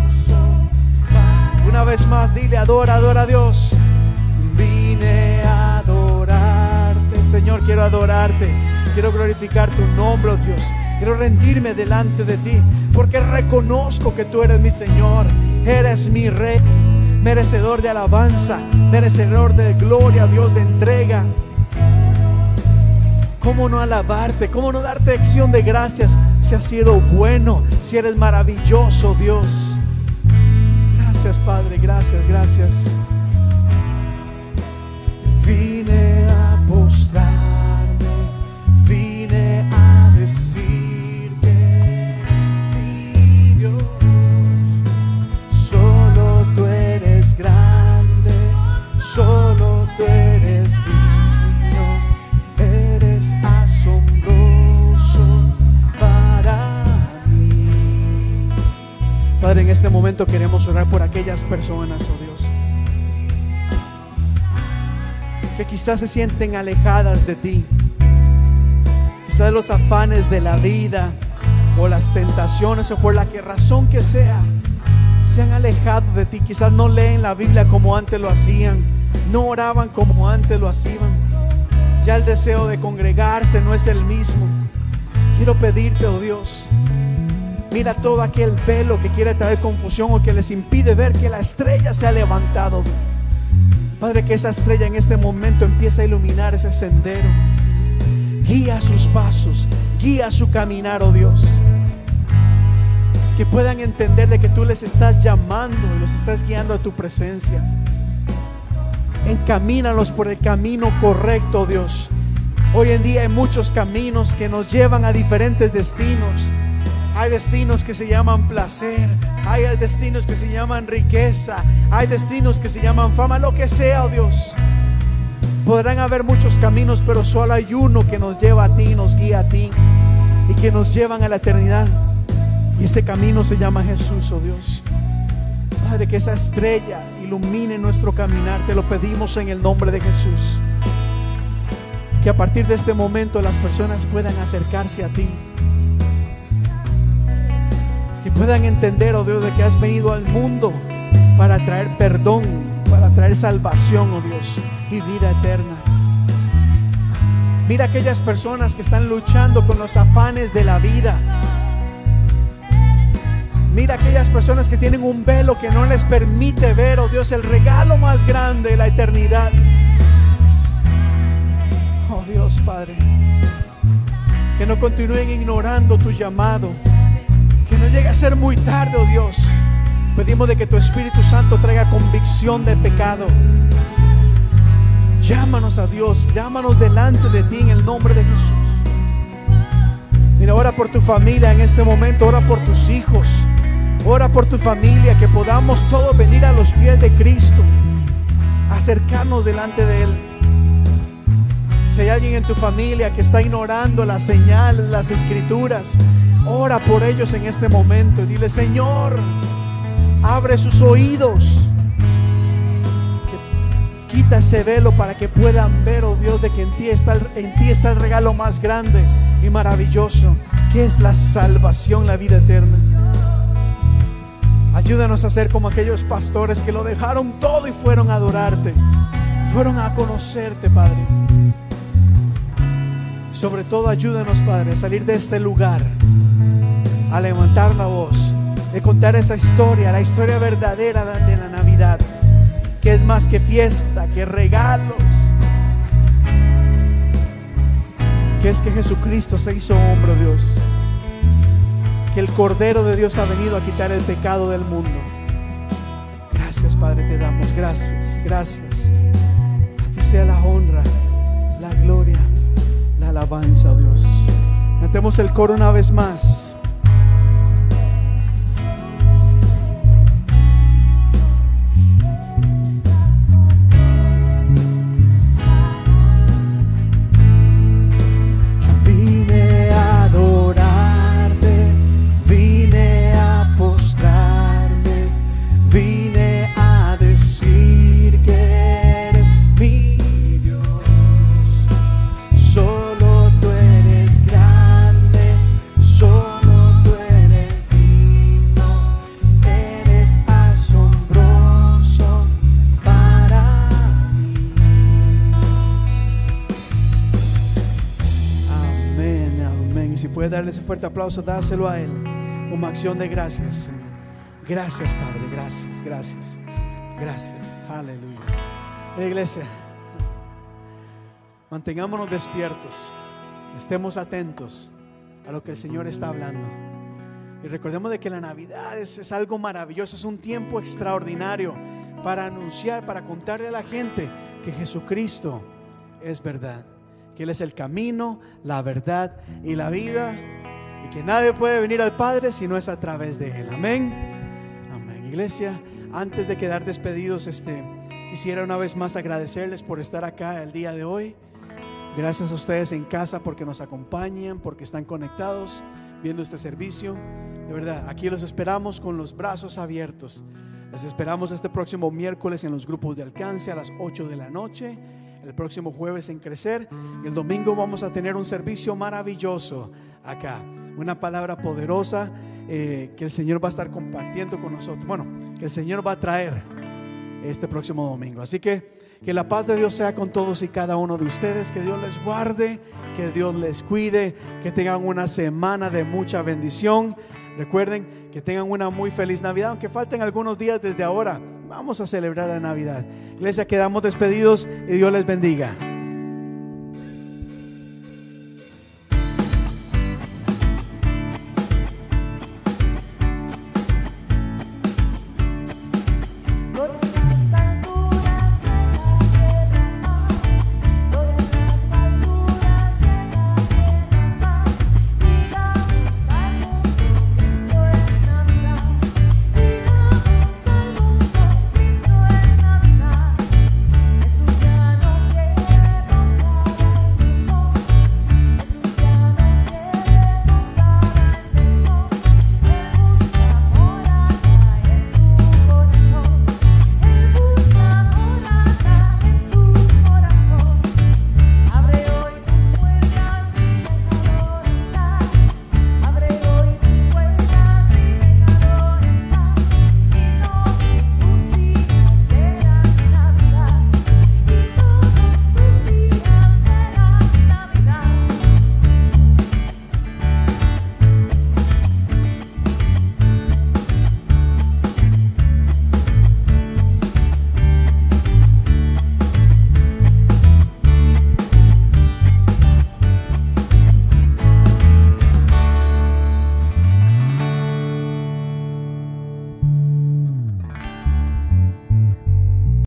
Una vez más, dile: adora, adora a Dios. Vine a adorarte, Señor, quiero adorarte, quiero glorificar tu nombre, oh Dios. Quiero rendirme delante de ti, porque reconozco que tú eres mi Señor, eres mi Rey, merecedor de alabanza, merecedor de gloria, Dios, de entrega. ¿Cómo no alabarte? ¿Cómo no darte acción de gracias si has sido bueno, si eres maravilloso, Dios? Gracias, Padre, gracias, gracias. Vine a postrarme, vine a decirte: mi Dios, solo tú eres grande, solo tú eres digno, eres asombroso para mí. Padre, en este momento queremos orar por aquellas personas, oh Dios, que quizás se sienten alejadas de ti. Quizás los afanes de la vida o las tentaciones o por la que razón que sea se han alejado de ti. Quizás no leen la Biblia como antes lo hacían, no oraban como antes lo hacían. Ya el deseo de congregarse no es el mismo. Quiero pedirte, oh Dios, mira todo aquel velo que quiere traer confusión o que les impide ver que la estrella se ha levantado. Padre, que esa estrella en este momento empiece a iluminar ese sendero. Guía sus pasos, guía su caminar, oh Dios. Que puedan entender de que tú les estás llamando y los estás guiando a tu presencia. Encamínalos por el camino correcto, oh Dios. Hoy en día hay muchos caminos que nos llevan a diferentes destinos. Hay destinos que se llaman placer, hay destinos que se llaman riqueza, hay destinos que se llaman fama, lo que sea, oh Dios. Podrán haber muchos caminos, pero solo hay uno que nos lleva a ti, nos guía a ti y que nos llevan a la eternidad. Y ese camino se llama Jesús, oh Dios. Padre, que esa estrella ilumine nuestro caminar. Te lo pedimos en el nombre de Jesús. Que a partir de este momento las personas puedan acercarse a ti. Que puedan entender, oh Dios, de que has venido al mundo para traer perdón, para traer salvación, oh Dios, y vida eterna. Mira aquellas personas que están luchando con los afanes de la vida. Mira aquellas personas que tienen un velo que no les permite ver, oh Dios, el regalo más grande, la eternidad. Oh Dios, Padre, que no continúen ignorando tu llamado, que no llegue a ser muy tarde, oh Dios. Pedimos de que tu Espíritu Santo traiga convicción de pecado. Llámanos a Dios, llámanos delante de ti en el nombre de Jesús. Mira, ora por tu familia en este momento, ora por tus hijos, ora por tu familia, que podamos todos venir a los pies de Cristo, acercarnos delante de Él. Si hay alguien en tu familia que está ignorando las señales, las escrituras, ora por ellos en este momento y dile: Señor, abre sus oídos, que quita ese velo para que puedan ver, oh Dios, de que en ti está el, en ti está el regalo más grande y maravilloso, que es la salvación, la vida eterna. Ayúdanos a ser como aquellos pastores que lo dejaron todo y fueron a adorarte, fueron a conocerte, Padre. Sobre todo ayúdanos, Padre, a salir de este lugar, a levantar la voz, de contar esa historia, la historia verdadera de la Navidad, que es más que fiesta, que regalos, que es que Jesucristo se hizo hombre, Dios, que el Cordero de Dios ha venido a quitar el pecado del mundo. Gracias, Padre, te damos gracias, gracias. A ti sea la honra, la gloria, la alabanza, Dios. Cantemos el coro una vez más. Darle ese fuerte aplauso, dáselo a Él como acción de gracias. Gracias, Padre, gracias, gracias, gracias. Aleluya. La iglesia, mantengámonos despiertos, estemos atentos a lo que el Señor está hablando. Y recordemos de que la Navidad es, es algo maravilloso, es un tiempo extraordinario para anunciar, para contarle a la gente que Jesucristo es verdad, que Él es el camino, la verdad y la vida, y que nadie puede venir al Padre si no es a través de Él. Amén. Amén. Iglesia, antes de quedar despedidos, este, quisiera una vez más agradecerles por estar acá el día de hoy. Gracias a ustedes en casa porque nos acompañan, porque están conectados viendo este servicio. De verdad, aquí los esperamos con los brazos abiertos. Les esperamos este próximo miércoles en los grupos de alcance a las ocho de la noche. El próximo jueves en Crecer. Y el domingo vamos a tener un servicio maravilloso acá. Una palabra poderosa eh, que el Señor va a estar compartiendo con nosotros. Bueno, que el Señor va a traer este próximo domingo. Así que que la paz de Dios sea con todos y cada uno de ustedes. Que Dios les guarde, que Dios les cuide, que tengan una semana de mucha bendición. Recuerden que tengan una muy feliz Navidad, aunque falten algunos días desde ahora. Vamos a celebrar la Navidad. Iglesia, quedamos despedidos y Dios les bendiga.